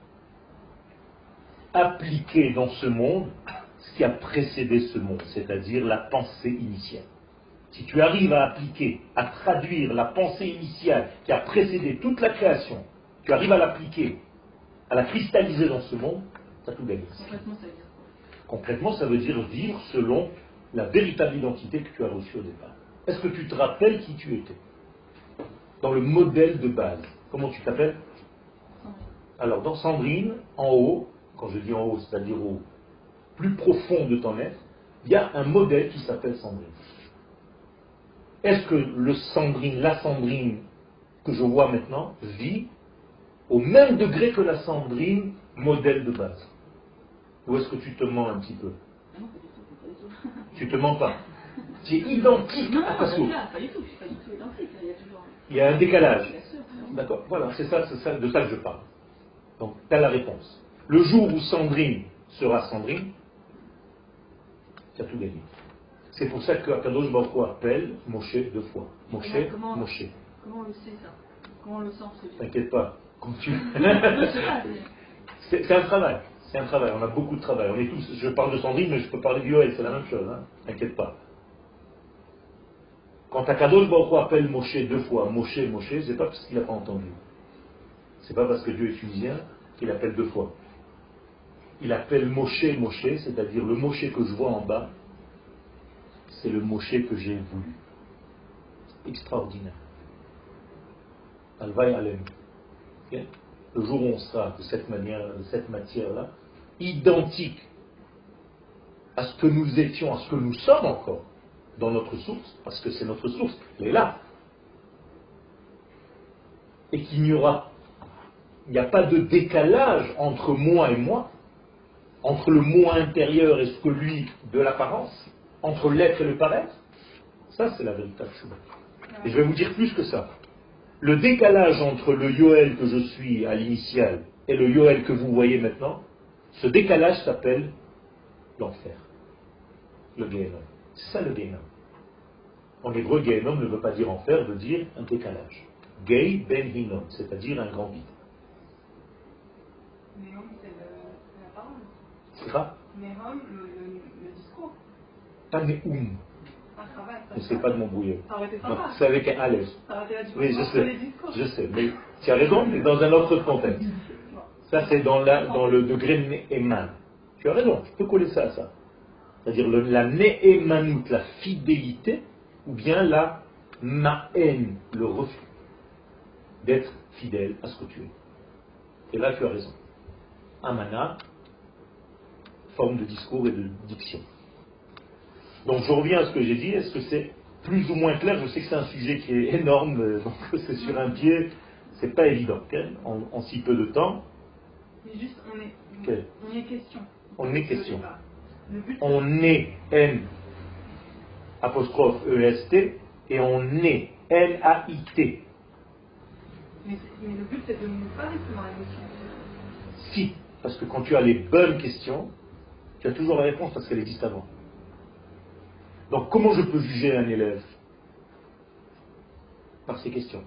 [SPEAKER 1] Appliquer dans ce monde ce qui a précédé ce monde, c'est-à-dire la pensée initiale. Si tu arrives à appliquer, à traduire la pensée initiale qui a précédé toute la création, tu arrives à l'appliquer, à la cristalliser dans ce monde, tu as tout gagné.
[SPEAKER 4] Concrètement, ça veut dire quoi?
[SPEAKER 1] Concrètement, ça veut dire vivre selon la véritable identité que tu as reçue au départ. Est-ce que tu te rappelles qui tu étais? Dans le modèle de base. Comment tu t'appelles? Alors, dans Sandrine, en haut, quand je dis en haut, c'est-à-dire au plus profond de ton être, il y a un modèle qui s'appelle Sandrine. Est-ce que le Sandrine, la Sandrine que je vois maintenant, vit au même degré que la Sandrine modèle de base? Ou est-ce que tu te mens un petit peu?
[SPEAKER 4] Non, pas du tout.
[SPEAKER 1] Tu te mens pas. Tu es identique à ta source.
[SPEAKER 4] Pas du tout, je suis pas du tout identique. Il y a toujours...
[SPEAKER 1] Il y a un décalage.
[SPEAKER 4] Bien sûr.
[SPEAKER 1] D'accord, voilà, c'est ça, de ça que je parle. Donc, tu as la réponse. Le jour où Sandrine sera Sandrine, tu as tout gagné. C'est pour ça que Akadosh Baruch Hu appelle Moshe deux fois. Moshe.
[SPEAKER 4] Comment on le sait ça? Comment on le sent?
[SPEAKER 1] T'inquiète pas. C'est un travail. C'est un travail. On a beaucoup de travail. On est tous. Je parle de Sandrine, mais je peux parler de Yoel. C'est la même chose. Hein. T'inquiète pas. Quand Akadosh Baruch Hu appelle Moshe deux fois, Moshe, c'est pas parce qu'il n'a pas entendu. C'est pas parce que Dieu est tunisien qu'il appelle deux fois. Il appelle Moshe, c'est-à-dire le Moshe que je vois en bas, c'est le Moshe que j'ai voulu. Extraordinaire. Alvaï Alem. Okay? Le jour où on sera de cette manière, de cette matière-là, identique à ce que nous étions, à ce que nous sommes encore dans notre source, parce que c'est notre source, elle est là. Et qu'il n'y a pas de décalage entre moi et moi, entre le moi intérieur et ce que lui de l'apparence, entre l'être et le paraître. Ça, c'est la véritable chose. Et je vais vous dire plus que ça. Le décalage entre le Yoel que je suis à l'initial et le Yoel que vous voyez maintenant, ce décalage s'appelle l'enfer. Le Gehenom. C'est ça le Gehenom. En hébreu, Gehenom ne veut pas dire enfer, veut dire un décalage. Gei ben hinom, c'est-à-dire un grand vide.
[SPEAKER 3] Nehom, c'est la parole.
[SPEAKER 1] C'est ça?
[SPEAKER 3] Nehom, le discours.
[SPEAKER 1] Pas Nehoum. Ne sais pas de mon bouillon. C'est avec un Aleph. Oui, je sais, mais tu as raison, mais dans un autre contexte. Ça, c'est dans le degré Ne'eman. Tu as raison, je peux coller ça à ça. C'est-à-dire la Ne'emanut, la fidélité, ou bien la Ma'en, le refus d'être fidèle à ce que tu es. Et là, tu as raison. Amana, forme de discours et de diction. Donc je reviens à ce que j'ai dit, est-ce que c'est plus ou moins clair? Je sais que c'est un sujet qui est énorme, donc c'est sur un pied, c'est pas évident, en si peu de temps.
[SPEAKER 3] Mais juste, on est question.
[SPEAKER 1] On est question. On est N apostrophe EST et on est N-A-I-T.
[SPEAKER 3] Mais le but c'est de ne pas rester dans l'émotion.
[SPEAKER 1] Si, parce que quand tu as les bonnes questions, tu as toujours la réponse parce qu'elle existe avant. Donc comment je peux juger un élève? Par ces questions.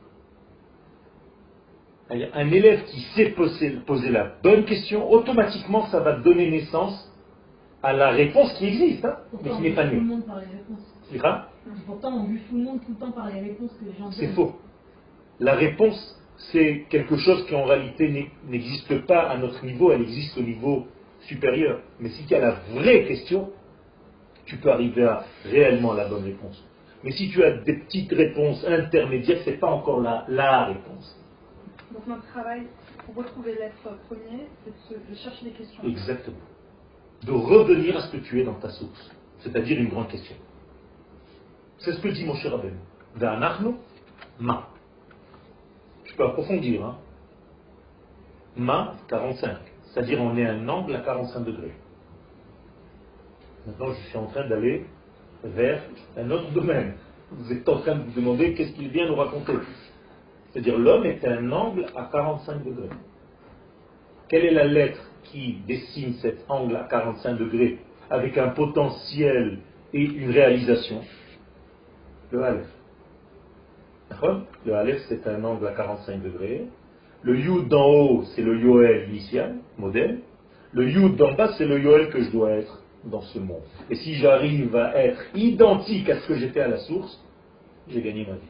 [SPEAKER 1] Un élève qui sait poser la bonne question, automatiquement ça va donner naissance à la réponse qui existe, hein, mais qui n'est pas née.
[SPEAKER 4] Pourtant on juge tout le monde tout le temps par les réponses que les gens donnent.
[SPEAKER 1] C'est faux. La réponse, c'est quelque chose qui en réalité n'existe pas à notre niveau, elle existe au niveau supérieur. Mais si tu as la vraie question, tu peux arriver à réellement la bonne réponse. Mais si tu as des petites réponses intermédiaires, ce n'est pas encore la réponse.
[SPEAKER 3] Donc notre travail pour retrouver l'être premier, c'est de chercher des questions.
[SPEAKER 1] Exactement. De revenir à ce que tu es dans ta source. C'est-à-dire une grande question. C'est ce que dit Moshe Rabbeinu. Ve'anachnu ma. Je peux approfondir. Hein. Ma, 45. C'est-à-dire on est à un angle à 45 degrés. Maintenant, je suis en train d'aller vers un autre domaine. Vous êtes en train de vous demander qu'est-ce qu'il vient nous raconter. C'est-à-dire l'homme est à un angle à 45 degrés. Quelle est la lettre qui dessine cet angle à 45 degrés avec un potentiel et une réalisation? Le Aleph. D'accord? Le Aleph, c'est un angle à 45 degrés. Le Yud d'en haut, c'est le Yoel initial, modèle. Le Yud d'en bas, c'est le Yoel que je dois être dans ce monde. Et si j'arrive à être identique à ce que j'étais à la source, j'ai gagné ma vie.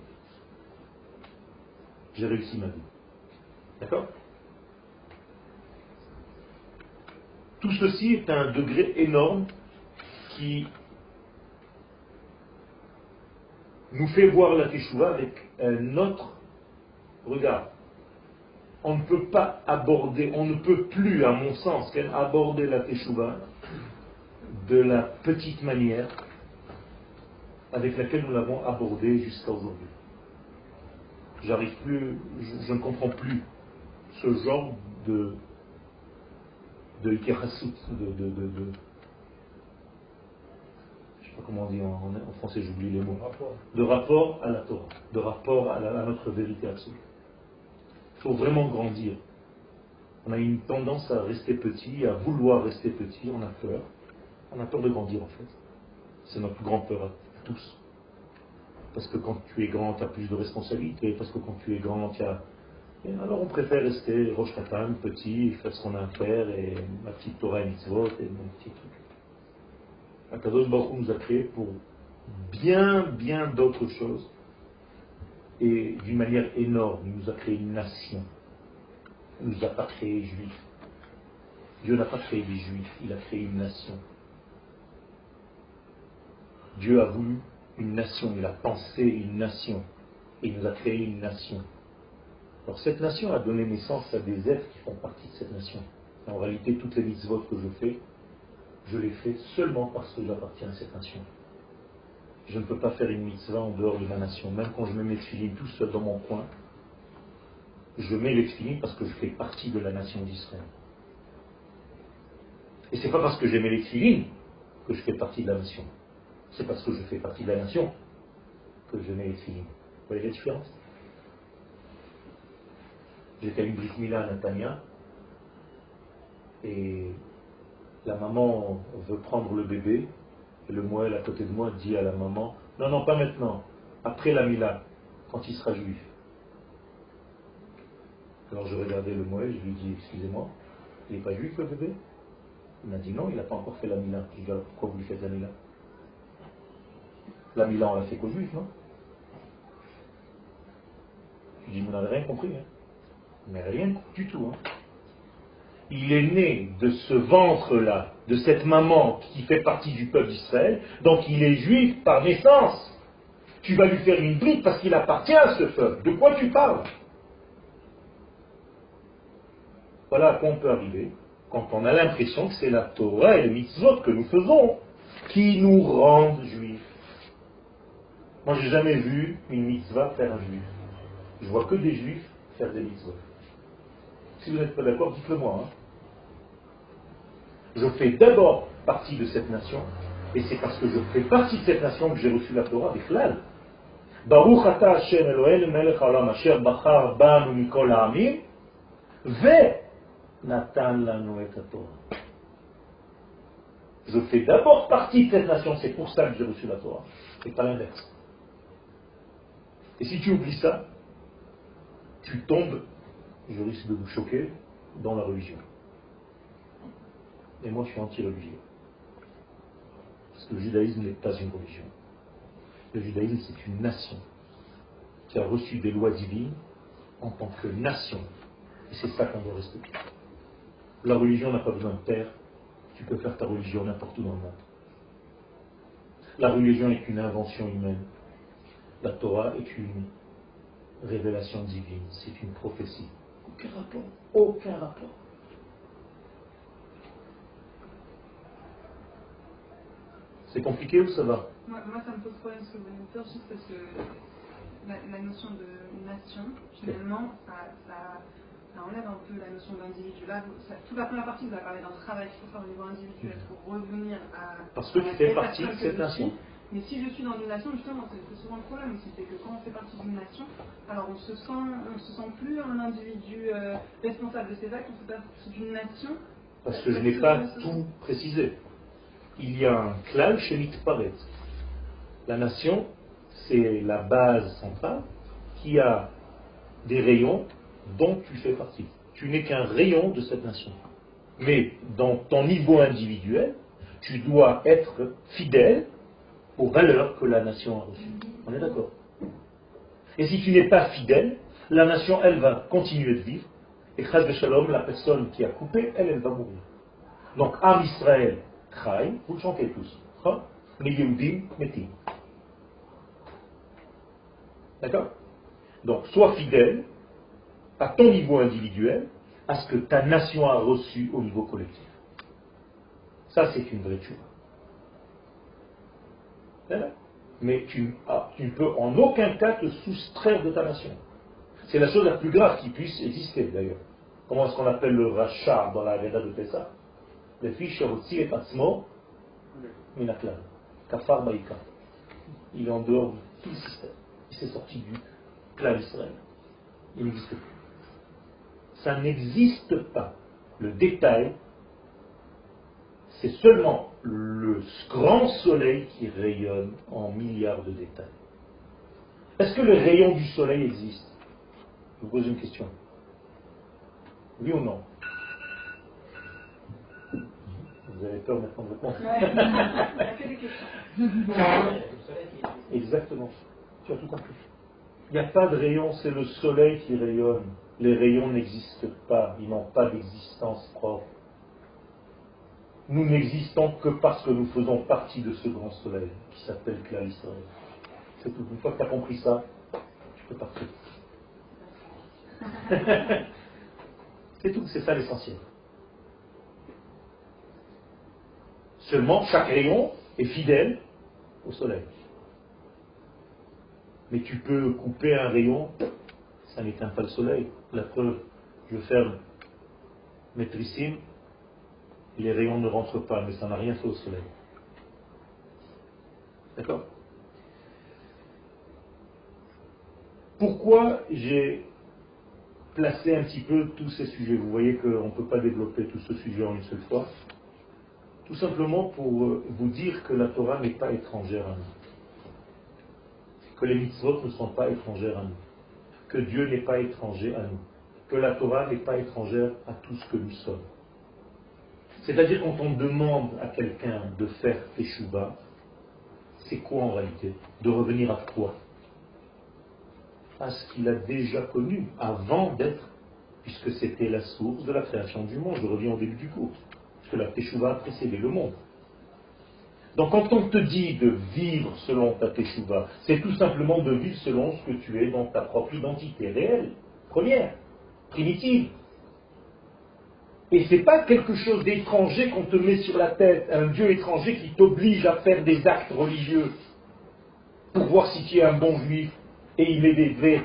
[SPEAKER 1] J'ai réussi ma vie. D'accord? Tout ceci est un degré énorme qui nous fait voir la Teshuvah avec un autre regard. On ne peut pas aborder, on ne peut plus, à mon sens, aborder la Teshuvah de la petite manière avec laquelle nous l'avons abordée jusqu'à aujourd'hui. J'arrive plus, je ne comprends plus ce genre de ikerasout, je ne sais pas comment on dit en français, j'oublie les mots, de rapport à la Torah, de rapport à notre vérité absolue. Il faut vraiment grandir. On a une tendance à rester petit, à vouloir rester petit, on a peur de grandir en fait. C'est notre plus grande peur à tous. Parce que quand tu es grand, tu as plus de responsabilités, parce que quand tu es grand, tu as... Et alors on préfère rester roche tapane, petit, faire ce qu'on a à faire, et ma petite Torah et mitzvot, et mon petit truc. Akadosh Baruch Hu nous a créés pour bien d'autres choses, et d'une manière énorme. Il nous a créé une nation. Il ne nous a pas créé juifs. Dieu n'a pas créé des juifs, il a créé une nation. Dieu a voulu une nation, il a pensé une nation, et il nous a créé une nation. Alors cette nation a donné naissance à des êtres qui font partie de cette nation. En réalité, toutes les mitzvot que je les fais seulement parce que j'appartiens à cette nation. Je ne peux pas faire une mitzvah en dehors de ma nation. Même quand je mets mes tefilines tout seul dans mon coin, je mets les tefilines parce que je fais partie de la nation d'Israël. Et c'est pas parce que j'aimais les tefilines que je fais partie de la nation. C'est parce que je fais partie de la nation que je mets les tefilines. Vous voyez la différence? J'étais à une brit mila à Natania et la maman veut prendre le bébé et le moël à côté de moi dit à la maman: non, pas maintenant, après la mila, quand il sera juif. Alors je regardais le moël, je lui dis: excusez-moi, il n'est pas juif le bébé? Il m'a dit: non, il n'a pas encore fait la mila. Je lui dis: alors pourquoi vous lui faites la mila? La mila on l'a fait qu'aux juifs, non? Je lui dis: vous n'avez rien compris, hein? Mais rien du tout. Hein. Il est né de ce ventre-là, de cette maman qui fait partie du peuple d'Israël, donc il est juif par naissance. Tu vas lui faire une bride parce qu'il appartient à ce peuple. De quoi tu parles? Voilà à quoi on peut arriver quand on a l'impression que c'est la Torah et les mitzvot que nous faisons qui nous rendent juifs. Moi, j'ai jamais vu une mitzvah faire un juif. Je vois que des juifs faire des mitzvot. Si vous n'êtes pas d'accord, dites-le moi. Hein. Je fais d'abord partie de cette nation, et c'est parce que je fais partie de cette nation que j'ai reçu la Torah avec l'âle. Baruch ata Hashem Eloheinu melech haolam asher bachar banu mikol ha'amim ve natan lanu et haTorah. Je fais d'abord partie de cette nation, c'est pour ça que j'ai reçu la Torah, et pas l'inverse. Et si tu oublies ça, tu tombes, je risque de vous choquer, dans la religion. Et moi je suis anti-religieux. Parce que le judaïsme n'est pas une religion. Le judaïsme c'est une nation qui a reçu des lois divines en tant que nation. Et c'est ça qu'on doit respecter. La religion n'a pas besoin de père. Tu peux faire ta religion n'importe où dans le monde. La religion est une invention humaine. La Torah est une révélation divine. C'est une prophétie. Aucun rapport. Aucun rapport. C'est compliqué ou ça va?
[SPEAKER 3] Moi, ça me pose problème ce que vous venez de dire, juste parce que la notion de nation, finalement, ça ça enlève un peu la notion d'individu. Là, toute la première partie, vous avez parlé d'un travail qu'il faut faire au niveau individuel pour revenir à...
[SPEAKER 1] Parce que tu fais partie de cette nation.
[SPEAKER 3] Mais si je suis dans une nation, justement, c'est souvent le problème aussi, c'est que quand on fait partie d'une nation, alors on se sent plus un individu responsable de ses actes, on fait partie d'une nation.
[SPEAKER 1] Parce que je n'ai pas tout précisé. Il y a un klal chez Mitparet. La nation, c'est la base centrale qui a des rayons dont tu fais partie. Tu n'es qu'un rayon de cette nation. Mais dans ton niveau individuel, tu dois être fidèle aux valeurs que la nation a reçues. On est d'accord? Et si tu n'es pas fidèle, la nation, elle va continuer de vivre. Et Chaz Shalom, la personne qui a coupé, elle va mourir. Donc, Am Israël, Chai, vous le chantez tous. Les Yehudim, Metim. D'accord? Donc, sois fidèle à ton niveau individuel, à ce que ta nation a reçu au niveau collectif. Ça, c'est une vraie tchouva. Mais tu ne peux en aucun cas te soustraire de ta nation. C'est la chose la plus grave qui puisse exister, d'ailleurs. Comment est-ce qu'on appelle le rachat dans la Haggadah de Pessah? Le fiche Rotsi et Atzmo Minaklan. Kafar Baïka. Il est en dehors de tout le système. Il s'est sorti du clan Israël. Il n'existe plus. Ça n'existe pas. Le détail, c'est seulement le grand soleil qui rayonne en milliards de détails. Est-ce que les rayons du soleil existent? Je vous pose une question. Oui ou non? Vous avez peur maintenant de répondre? Exactement. Tu as tout compris. Il n'y a pas de rayon, c'est le soleil qui rayonne. Les rayons n'existent pas, ils n'ont pas d'existence propre. Nous n'existons que parce que nous faisons partie de ce grand soleil qui s'appelle Klal Israël. C'est tout. Une fois que tu as compris ça, tu peux partir. C'est tout, c'est ça l'essentiel. Seulement, chaque rayon est fidèle au soleil. Mais tu peux couper un rayon, ça n'éteint pas le soleil. La preuve, je ferme mes tricines, les rayons ne rentrent pas, mais ça n'a rien fait au soleil. D'accord? Pourquoi j'ai placé un petit peu tous ces sujets? Vous voyez qu'on ne peut pas développer tout ce sujet en une seule fois. Tout simplement pour vous dire que la Torah n'est pas étrangère à nous. Que les mitzvot ne sont pas étrangères à nous. Que Dieu n'est pas étranger à nous. Que la Torah n'est pas étrangère à tout ce que nous sommes. C'est-à-dire quand on demande à quelqu'un de faire teshuva, c'est quoi en réalité? De revenir à quoi? À ce qu'il a déjà connu avant d'être, puisque c'était la source de la création du monde. Je reviens au début du cours. Parce que la teshuva a précédé le monde. Donc quand on te dit de vivre selon ta teshuva, c'est tout simplement de vivre selon ce que tu es dans ta propre identité réelle, première, primitive. Et ce n'est pas quelque chose d'étranger qu'on te met sur la tête, un Dieu étranger qui t'oblige à faire des actes religieux pour voir si tu es un bon juif, et il met des vets.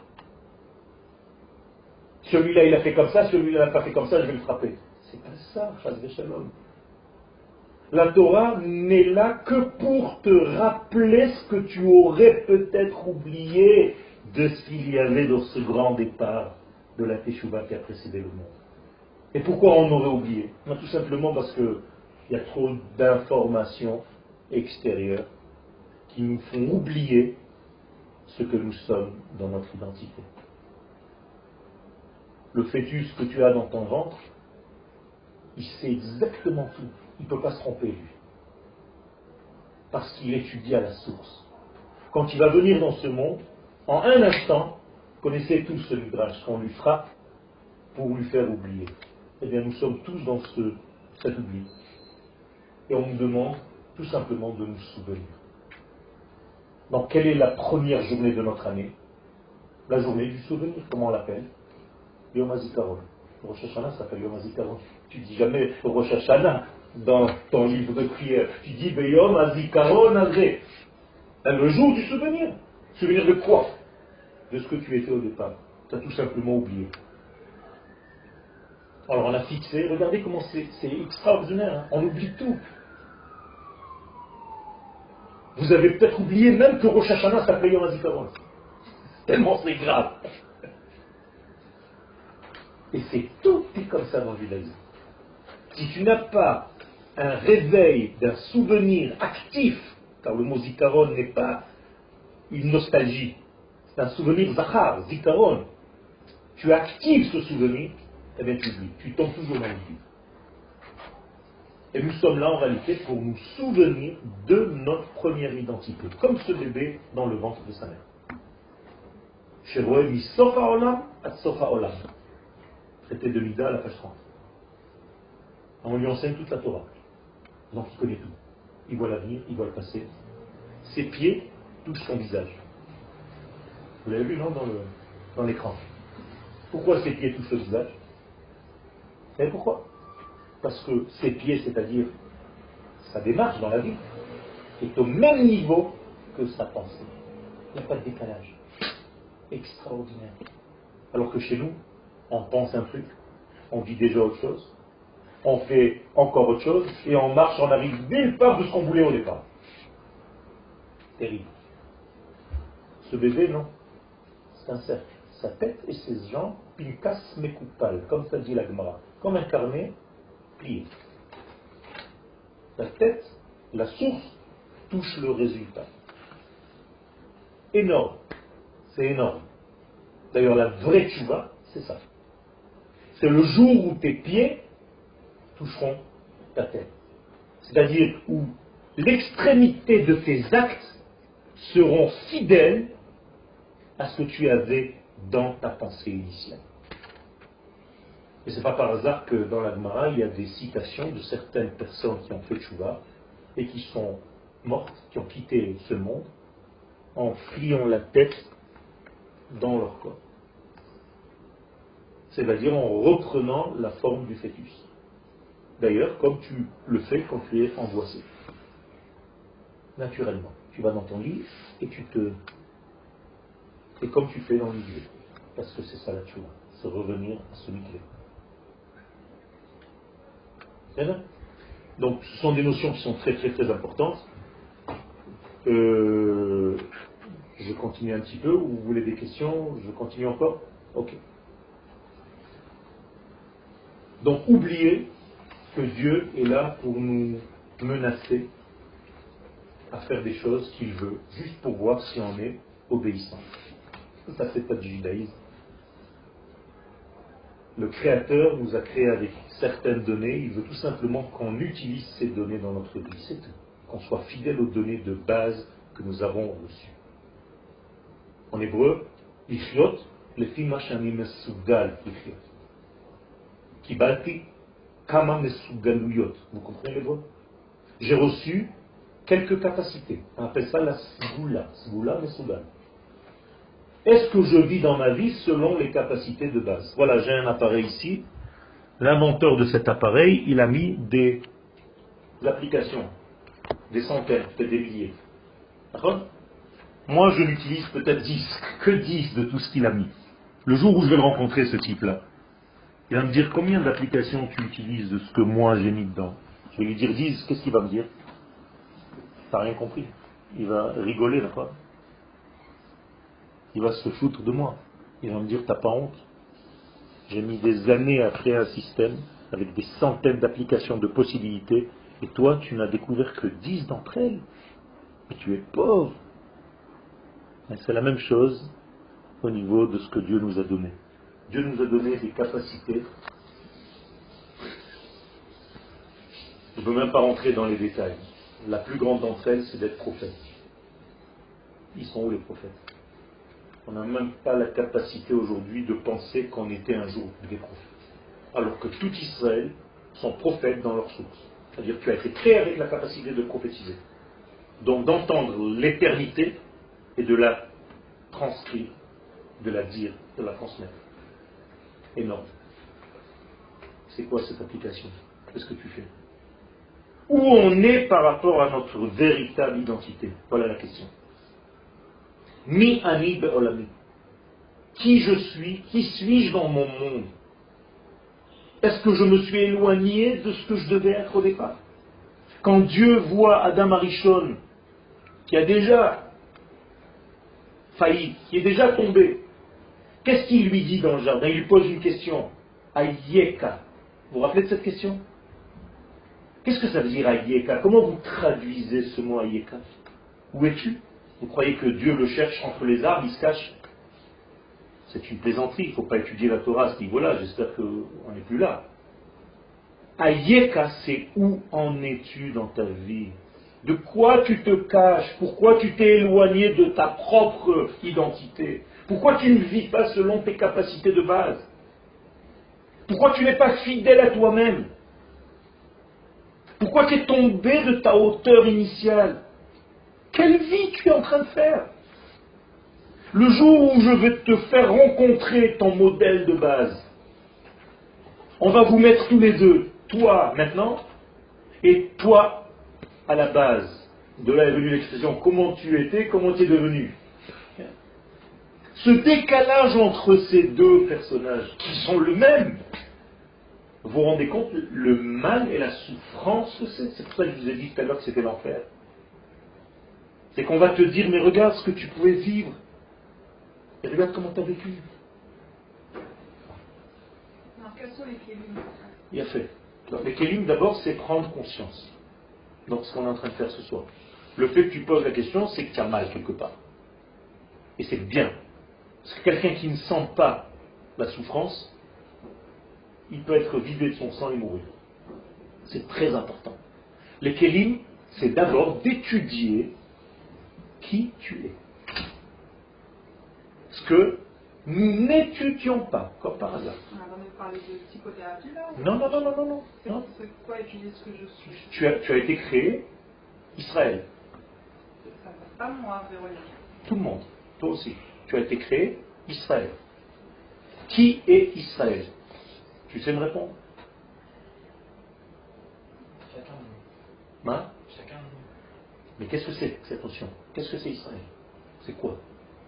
[SPEAKER 1] Celui-là il a fait comme ça, celui-là n'a pas fait comme ça, je vais le frapper. C'est pas ça, Chaz Shalom. La Torah n'est là que pour te rappeler ce que tu aurais peut-être oublié de ce qu'il y avait dans ce grand départ de la Teshuvah qui a précédé le monde. Et pourquoi on aurait oublié? Tout simplement parce qu'il y a trop d'informations extérieures qui nous font oublier ce que nous sommes dans notre identité. Le fœtus que tu as dans ton ventre, il sait exactement tout. Il ne peut pas se tromper, lui. Parce qu'il étudie à la source. Quand il va venir dans ce monde, en un instant, connaissez tous ce midrash qu'on lui frappe pour lui faire oublier. Eh bien, nous sommes tous dans cet oubli. Et on nous demande tout simplement de nous souvenir. Donc, quelle est la première journée de notre année? La journée du souvenir, comment on l'appelle? Yom HaZikaron. Rosh Hashanah s'appelle Yom HaZikaron. Tu dis jamais Rosh Hashanah dans ton livre de prière. Tu dis Yom HaZikaron Azeh. Le jour du souvenir. Souvenir de quoi? De ce que tu étais au départ. Tu as tout simplement oublié. Alors on a fixé, regardez comment c'est extraordinaire, hein. On oublie tout. Vous avez peut-être oublié même que Rosh Hashanah s'appelait Yom HaZikaron. Tellement c'est grave. Et c'est tout est comme ça dans le judaïsme. Si tu n'as pas un réveil d'un souvenir actif, car le mot Zikaron n'est pas une nostalgie, c'est un souvenir Zachar, Zikaron, tu actives ce souvenir, eh bien tu oublies, tu tombes toujours dans l'oubli. Et nous sommes là en réalité pour nous souvenir de notre première identité, comme ce bébé dans le ventre de sa mère. Chez Roé, mi Sofa Olam, at Sofa Olam. Traité de Mida à la page 30. On lui enseigne toute la Torah. Donc il connaît tout. Il voit l'avenir, il voit le passé. Ses pieds touchent son visage. Vous l'avez vu, non, dans l'écran. Pourquoi ses pieds touchent le visage? Vous savez pourquoi? Parce que ses pieds, c'est-à-dire sa démarche dans la vie, est au même niveau que sa pensée. Il n'y a pas de décalage. Extraordinaire. Alors que chez nous, on pense un truc, on dit déjà autre chose, on fait encore autre chose, et on marche, on arrive nulle part de ce qu'on voulait au départ. Terrible. Ce bébé, non. C'est un cercle. Sa tête et ses jambes, pinkas mekupal, comme ça dit la Gemara, comme un carnet plié. La tête, la source, touche le résultat. Énorme. C'est énorme. D'ailleurs, la vraie tchouva, c'est ça. C'est le jour où tes pieds toucheront ta tête. C'est-à-dire où l'extrémité de tes actes seront fidèles à ce que tu avais dans ta pensée initiale. Et ce n'est pas par hasard que dans la Gemara, il y a des citations de certaines personnes qui ont fait tchouva et qui sont mortes, qui ont quitté ce monde, en pliant la tête dans leur corps. C'est-à-dire en reprenant la forme du fœtus. D'ailleurs, comme tu le fais quand tu es angoissé. Naturellement. Tu vas dans ton lit et et comme tu fais dans le milieu. Parce que c'est ça la tchouva. C'est revenir à celui qui est. C'est vrai? Donc, ce sont des notions qui sont très très très importantes. Je continue un petit peu, ou vous voulez des questions? Je continue encore? Ok. Donc, oubliez que Dieu est là pour nous menacer à faire des choses qu'il veut, juste pour voir si on est obéissant. Ça, c'est pas du judaïsme. Le Créateur nous a créés avec certaines données, il veut tout simplement qu'on utilise ces données dans notre vie, c'est tout. Qu'on soit fidèle aux données de base que nous avons reçues. En hébreu, Lichyot, le fima shani mesugal Lichyot. Kibalti kama mesugaluyot. Vous comprenez l'hébreu? J'ai reçu quelques capacités. On appelle ça la sgoula. Sgoula mesugal. Est-ce que je vis dans ma vie selon les capacités de base? Voilà, j'ai un appareil ici. L'inventeur de cet appareil, il a mis des applications, des centaines, peut-être des milliers. D'accord? Moi, je n'utilise peut-être 10, que 10 de tout ce qu'il a mis. Le jour où je vais le rencontrer, ce type-là, il va me dire combien d'applications tu utilises de ce que moi j'ai mis dedans. Je vais lui dire 10, qu'est-ce qu'il va me dire? T'as rien compris. Il va rigoler, d'accord? Il va se foutre de moi. Il va me dire, t'as pas honte? J'ai mis des années à créer un système avec des centaines d'applications de possibilités, et toi, tu n'as découvert que 10 d'entre elles. Mais tu es pauvre. Et c'est la même chose au niveau de ce que Dieu nous a donné. Dieu nous a donné des capacités. Je ne veux même pas rentrer dans les détails. La plus grande d'entre elles, c'est d'être prophète. Ils sont où les prophètes? On n'a même pas la capacité aujourd'hui de penser qu'on était un jour des prophètes. Alors que tout Israël sont prophètes dans leur source. C'est-à-dire que tu as été créé avec la capacité de prophétiser. Donc d'entendre l'éternité et de la transcrire, de la dire, de la transmettre. Énorme. C'est quoi cette application? Qu'est-ce que tu fais? Où on est par rapport à notre véritable identité? Voilà la question. Mi ani be'olami. Qui je suis? Qui suis-je dans mon monde? Est-ce que je me suis éloigné de ce que je devais être au départ? Quand Dieu voit Adam Arishon, qui a déjà failli, qui est déjà tombé, qu'est-ce qu'il lui dit dans le jardin? Il lui pose une question. Ayeka. Vous vous rappelez de cette question? Qu'est-ce que ça veut dire Ayeka? Comment vous traduisez ce mot Ayeka? Où es-tu? Vous croyez que Dieu le cherche entre les arbres, il se cache? C'est une plaisanterie, il ne faut pas étudier la Torah à ce niveau-là, j'espère qu'on n'est plus là. Ayeka, c'est où en es-tu dans ta vie? De quoi tu te caches? Pourquoi tu t'es éloigné de ta propre identité? Pourquoi tu ne vis pas selon tes capacités de base? Pourquoi tu n'es pas fidèle à toi-même? Pourquoi tu es tombé de ta hauteur initiale? Quelle vie tu es en train de faire? Le jour où je vais te faire rencontrer ton modèle de base, on va vous mettre tous les deux, toi maintenant, et toi à la base. De là est venue l'expression comment tu étais, comment tu es devenu. Ce décalage entre ces deux personnages, qui sont le même, vous vous rendez compte le mal et la souffrance que c'est? C'est pour ça que je vous ai dit tout à l'heure que c'était l'enfer. C'est qu'on va te dire, mais regarde ce que tu pouvais vivre. Et regarde comment tu as vécu.
[SPEAKER 3] Alors, quels sont les kélim?
[SPEAKER 1] Il a fait. Alors, les kélim, d'abord, c'est prendre conscience. Donc, ce qu'on est en train de faire ce soir. Le fait que tu poses la question, c'est que tu as mal quelque part. Et c'est bien. Parce que quelqu'un qui ne sent pas la souffrance, il peut être vidé de son sang et mourir. C'est très important. Les kélim, c'est d'abord d'étudier qui tu es. Ce que nous n'étudions pas, comme par hasard.
[SPEAKER 3] On a même parlé de psychothérapie là?
[SPEAKER 1] Non.
[SPEAKER 3] C'est quoi étudier ce que je suis?
[SPEAKER 1] Tu as été créé Israël.
[SPEAKER 3] Ça ne passe pas moi, Véronique.
[SPEAKER 1] Tout le monde. Toi aussi. Tu as été créé Israël. Qui est Israël? Tu sais me répondre?
[SPEAKER 2] Chacun de nous.
[SPEAKER 1] Hein?
[SPEAKER 2] Chacun de nous.
[SPEAKER 1] Mais qu'est-ce que c'est cette notion? Qu'est-ce que c'est Israël? C'est quoi?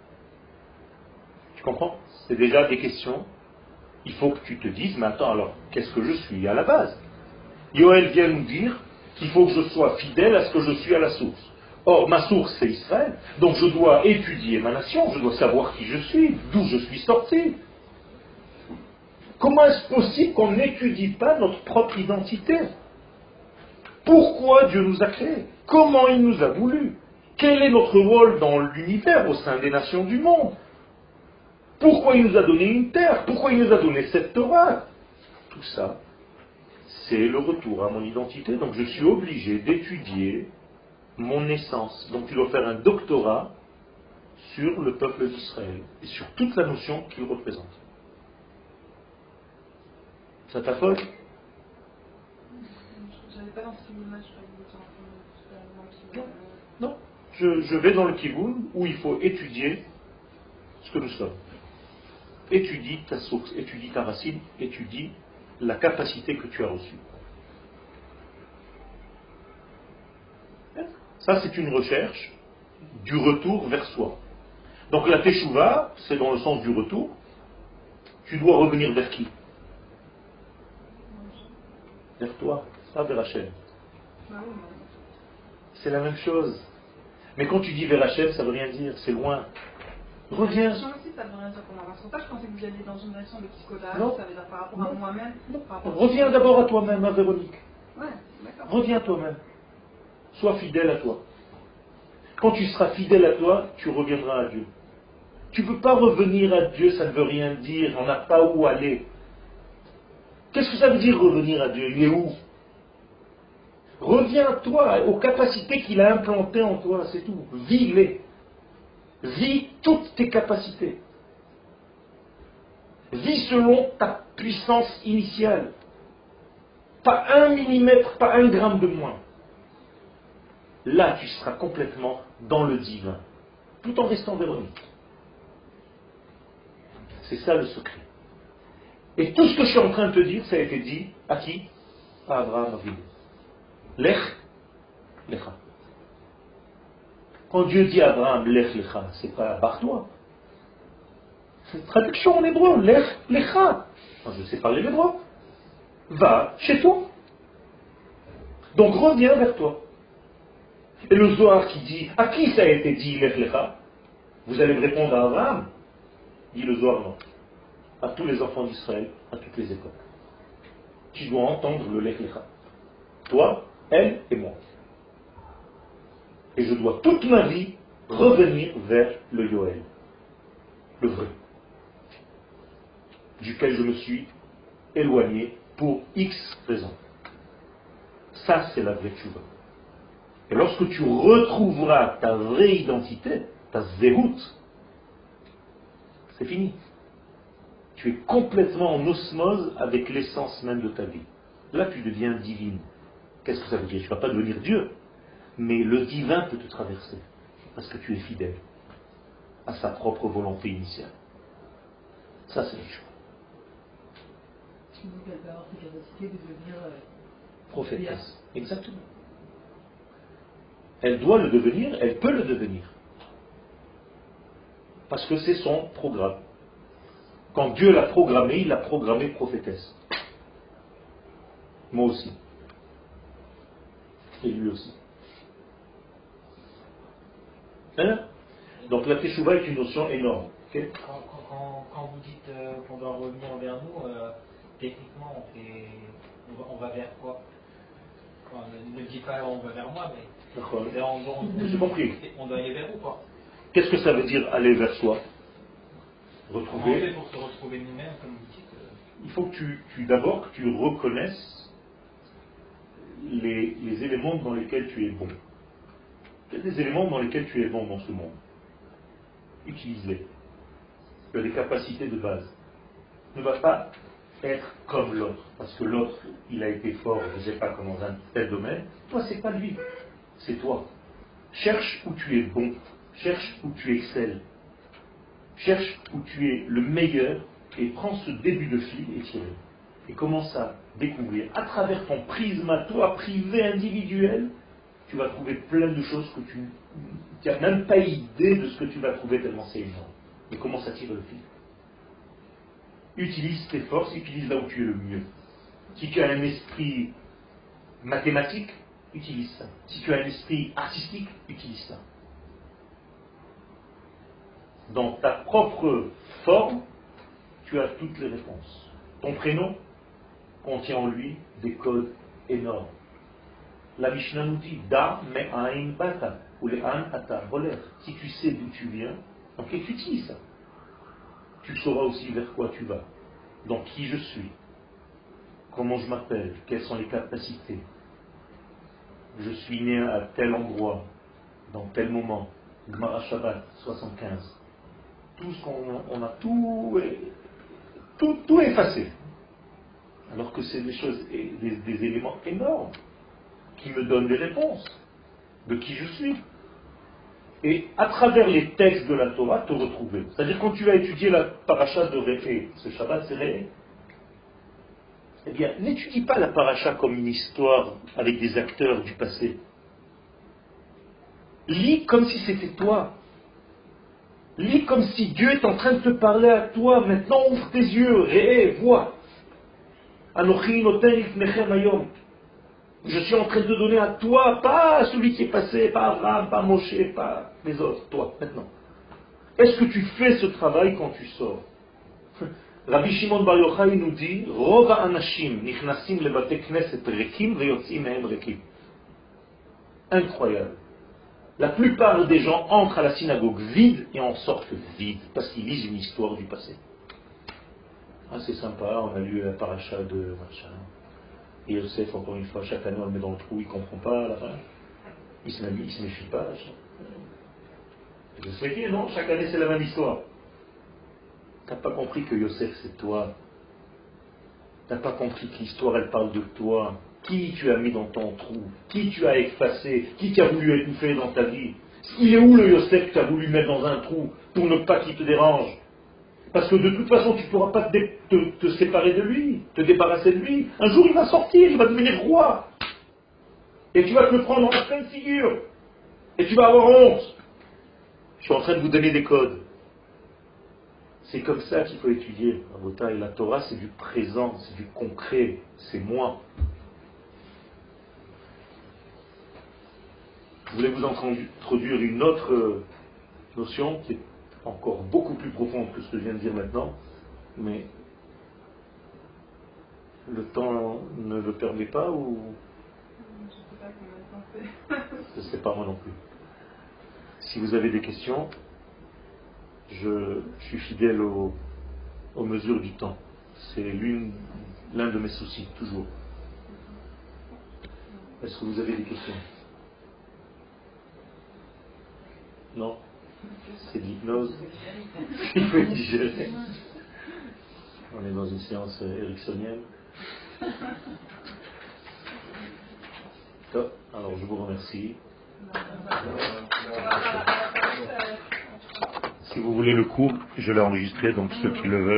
[SPEAKER 1] Tu comprends? C'est déjà des questions. Il faut que tu te dises, mais attends alors, qu'est-ce que je suis à la base? Yoël vient nous dire qu'il faut que je sois fidèle à ce que je suis à la source. Or, ma source, c'est Israël. Donc je dois étudier ma nation, je dois savoir qui je suis, d'où je suis sorti. Comment est-ce possible qu'on n'étudie pas notre propre identité? Pourquoi Dieu nous a créés? Comment il nous a voulu? Quel est notre rôle dans l'univers, au sein des nations du monde? Pourquoi il nous a donné une terre? Pourquoi il nous a donné cette Torah? Tout ça, c'est le retour à mon identité. Donc je suis obligé d'étudier mon essence. Donc tu dois faire un doctorat sur le peuple d'Israël et sur toute la notion qu'il représente. Ça t'affole?
[SPEAKER 3] J'avais pas dans ce image,
[SPEAKER 1] Non. Je vais dans le Kivoun où il faut étudier ce que nous sommes. Étudie ta source, étudie ta racine, étudie la capacité que tu as reçue. Ça, c'est une recherche du retour vers soi. Donc la teshuva, c'est dans le sens du retour. Tu dois revenir vers qui? Vers toi, pas vers Hachem. C'est la même chose. Mais quand tu dis vers Hachem, ça ne veut rien dire, c'est loin. Reviens.
[SPEAKER 3] aussi, ça veut rien dire pour moi. Parce que je pensais que vous alliez dans une nation de psychothérapie,
[SPEAKER 1] Non.
[SPEAKER 3] ça veut dire par rapport à moi-même.
[SPEAKER 1] Reviens d'abord à toi-même, à Véronique.
[SPEAKER 3] Ouais, d'accord.
[SPEAKER 1] Reviens à toi-même. Sois fidèle à toi. Quand tu seras fidèle à toi, tu reviendras à Dieu. Tu ne peux pas revenir à Dieu, ça ne veut rien dire, on n'a pas où aller. Qu'est-ce que ça veut dire revenir à Dieu? Il est où? Reviens à toi, aux capacités qu'il a implantées en toi, c'est tout. Vis-les. Vis toutes tes capacités. Vis selon ta puissance initiale. Pas 1 millimètre, pas 1 gramme de moins. Là, tu seras complètement dans le divin, tout en restant Véronique. C'est ça le secret. Et tout ce que je suis en train de te dire, ça a été dit à qui? À Abraham Avinu. Lech Lecha. Quand Dieu dit à Abraham, Lech Lecha, c'est pas barre-toi. C'est une traduction en hébreu, Lech Lecha. Moi, je sais parler l'hébreu. va chez toi. Donc reviens vers toi. Et le Zohar qui dit, à qui ça a été dit, Lech Lecha? Vous allez me répondre à Abraham? Dit le Zohar, non. À tous les enfants d'Israël, à toutes les époques. Tu dois entendre le Lech Lecha. Toi, elle et moi. Et je dois toute ma vie revenir vers le Yoel, le vrai, duquel je me suis éloigné pour X raisons. Ça, c'est la vraie tchouva. Et lorsque tu retrouveras ta vraie identité, ta zéhout, c'est fini. Tu es complètement en osmose avec l'essence même de ta vie. Là, tu deviens divine. Qu'est-ce que ça veut dire? Tu ne vas pas devenir Dieu, mais le divin peut te traverser, parce que tu es fidèle à sa propre volonté initiale. Ça, c'est le choix.
[SPEAKER 7] Donc elle peut avoir cette capacité de devenir
[SPEAKER 1] prophétesse. Exactement. Elle doit le devenir, elle peut le devenir. Parce que c'est son programme. Quand Dieu l'a programmé, il l'a programmé prophétesse. Moi aussi. Et lui aussi. Hein? Donc la teshuva est une notion énorme. Okay?
[SPEAKER 2] Quand vous dites qu'on doit revenir vers nous, techniquement, on va vers quoi? Ne dis pas on va vers moi, mais
[SPEAKER 1] j'ai compris.
[SPEAKER 2] On doit aller vers où, quoi?
[SPEAKER 1] Qu'est-ce que ça veut dire aller vers soi? Retrouver.
[SPEAKER 2] Comment on fait pour se retrouver nous-mêmes, comme vous dites?
[SPEAKER 1] Il faut que d'abord que tu reconnaisses les éléments dans lesquels tu es bon. Il y a des éléments dans lesquels tu es bon dans ce monde. Utilise-les. Tu as des capacités de base. Ne va pas être comme l'autre, parce que l'autre, il a été fort, je ne sais pas, comme dans un tel domaine. Toi, c'est pas lui, c'est toi. Cherche où tu es bon, cherche où tu excelles, cherche où tu es le meilleur, et prends ce début de fil et tire. Et commence à découvrir, à travers ton prisme à toi, privé, individuel, tu vas trouver plein de choses que tu n'as même pas idée de ce que tu vas trouver tellement c'est énorme. Et commence à tirer le fil. Utilise tes forces, utilise là où tu es le mieux. Si tu as un esprit mathématique, utilise ça. Si tu as un esprit artistique, utilise ça. Dans ta propre forme, tu as toutes les réponses. Ton prénom contient en lui des codes énormes. La Mishnah nous dit Da me'ain bata ou le an ata voler. Si tu sais d'où tu viens, donc étudie ça. Tu sauras aussi vers quoi tu vas. Donc qui je suis, comment je m'appelle, quelles sont les capacités. Je suis né à tel endroit, dans tel moment. Gemara Shabbat 75. Tout ce qu'on a tout effacé. Alors que c'est des choses, des éléments énormes qui me donnent des réponses de qui je suis. Et à travers les textes de la Torah, te retrouver. C'est-à-dire quand tu vas étudier la paracha de Réé, ce Shabbat c'est Réé, eh bien, n'étudie pas la paracha comme une histoire avec des acteurs du passé. Lis comme si c'était toi. Lis comme si Dieu est en train de te parler à toi. Maintenant, ouvre tes yeux, Réé, vois. Anochi noten ifnechem hayom. Je suis en train de te donner à toi, pas à celui qui est passé, pas Abraham, pas Moshe, pas les autres, toi, maintenant. Est-ce que tu fais ce travail quand tu sors? Rabbi Shimon Bar Yochai nous dit Rova anashim nichnasim lebate knesset rekim veyotzim mehem rekim. Incroyable. La plupart des gens entrent à la synagogue vide et en sortent vide parce qu'ils lisent une histoire du passé. Ah, c'est sympa, on a lu la paracha de machin. Et Yosef, encore une fois, chaque année on le met dans le trou, il ne comprend pas à la fin. Il se méfie pas. Je sais qui, non, chaque année c'est la même histoire. Tu n'as pas compris que Yosef c'est toi. Tu n'as pas compris que l'histoire elle parle de toi. Qui tu as mis dans ton trou? Qui tu as effacé? Qui t'a voulu étouffer dans ta vie? Il est où le Yosef que tu as voulu mettre dans un trou pour ne pas qu'il te dérange? Parce que de toute façon, tu ne pourras pas te séparer de lui, te débarrasser de lui. Un jour, il va sortir, il va devenir roi. Et tu vas te le prendre en pleine figure. Et tu vas avoir honte. Je suis en train de vous donner des codes. C'est comme ça qu'il faut étudier. Et la Torah, c'est du présent, c'est du concret, c'est moi. Je voulais vous introduire une autre notion qui est encore beaucoup plus profonde que ce que je viens de dire maintenant, mais le temps ne le permet pas ou...
[SPEAKER 3] Je ne sais pas combien de temps c'est.
[SPEAKER 1] Je ne sais pas moi non plus. Si vous avez des questions, je suis fidèle aux mesures du temps. C'est l'un de mes soucis, toujours. Est-ce que vous avez des questions? Non? C'est de l'hypnose. Il faut être digéré. On est dans une séance ericksonienne. Top. Alors je vous remercie. Si vous voulez le cours, je l'ai enregistré, donc ceux qui le veulent.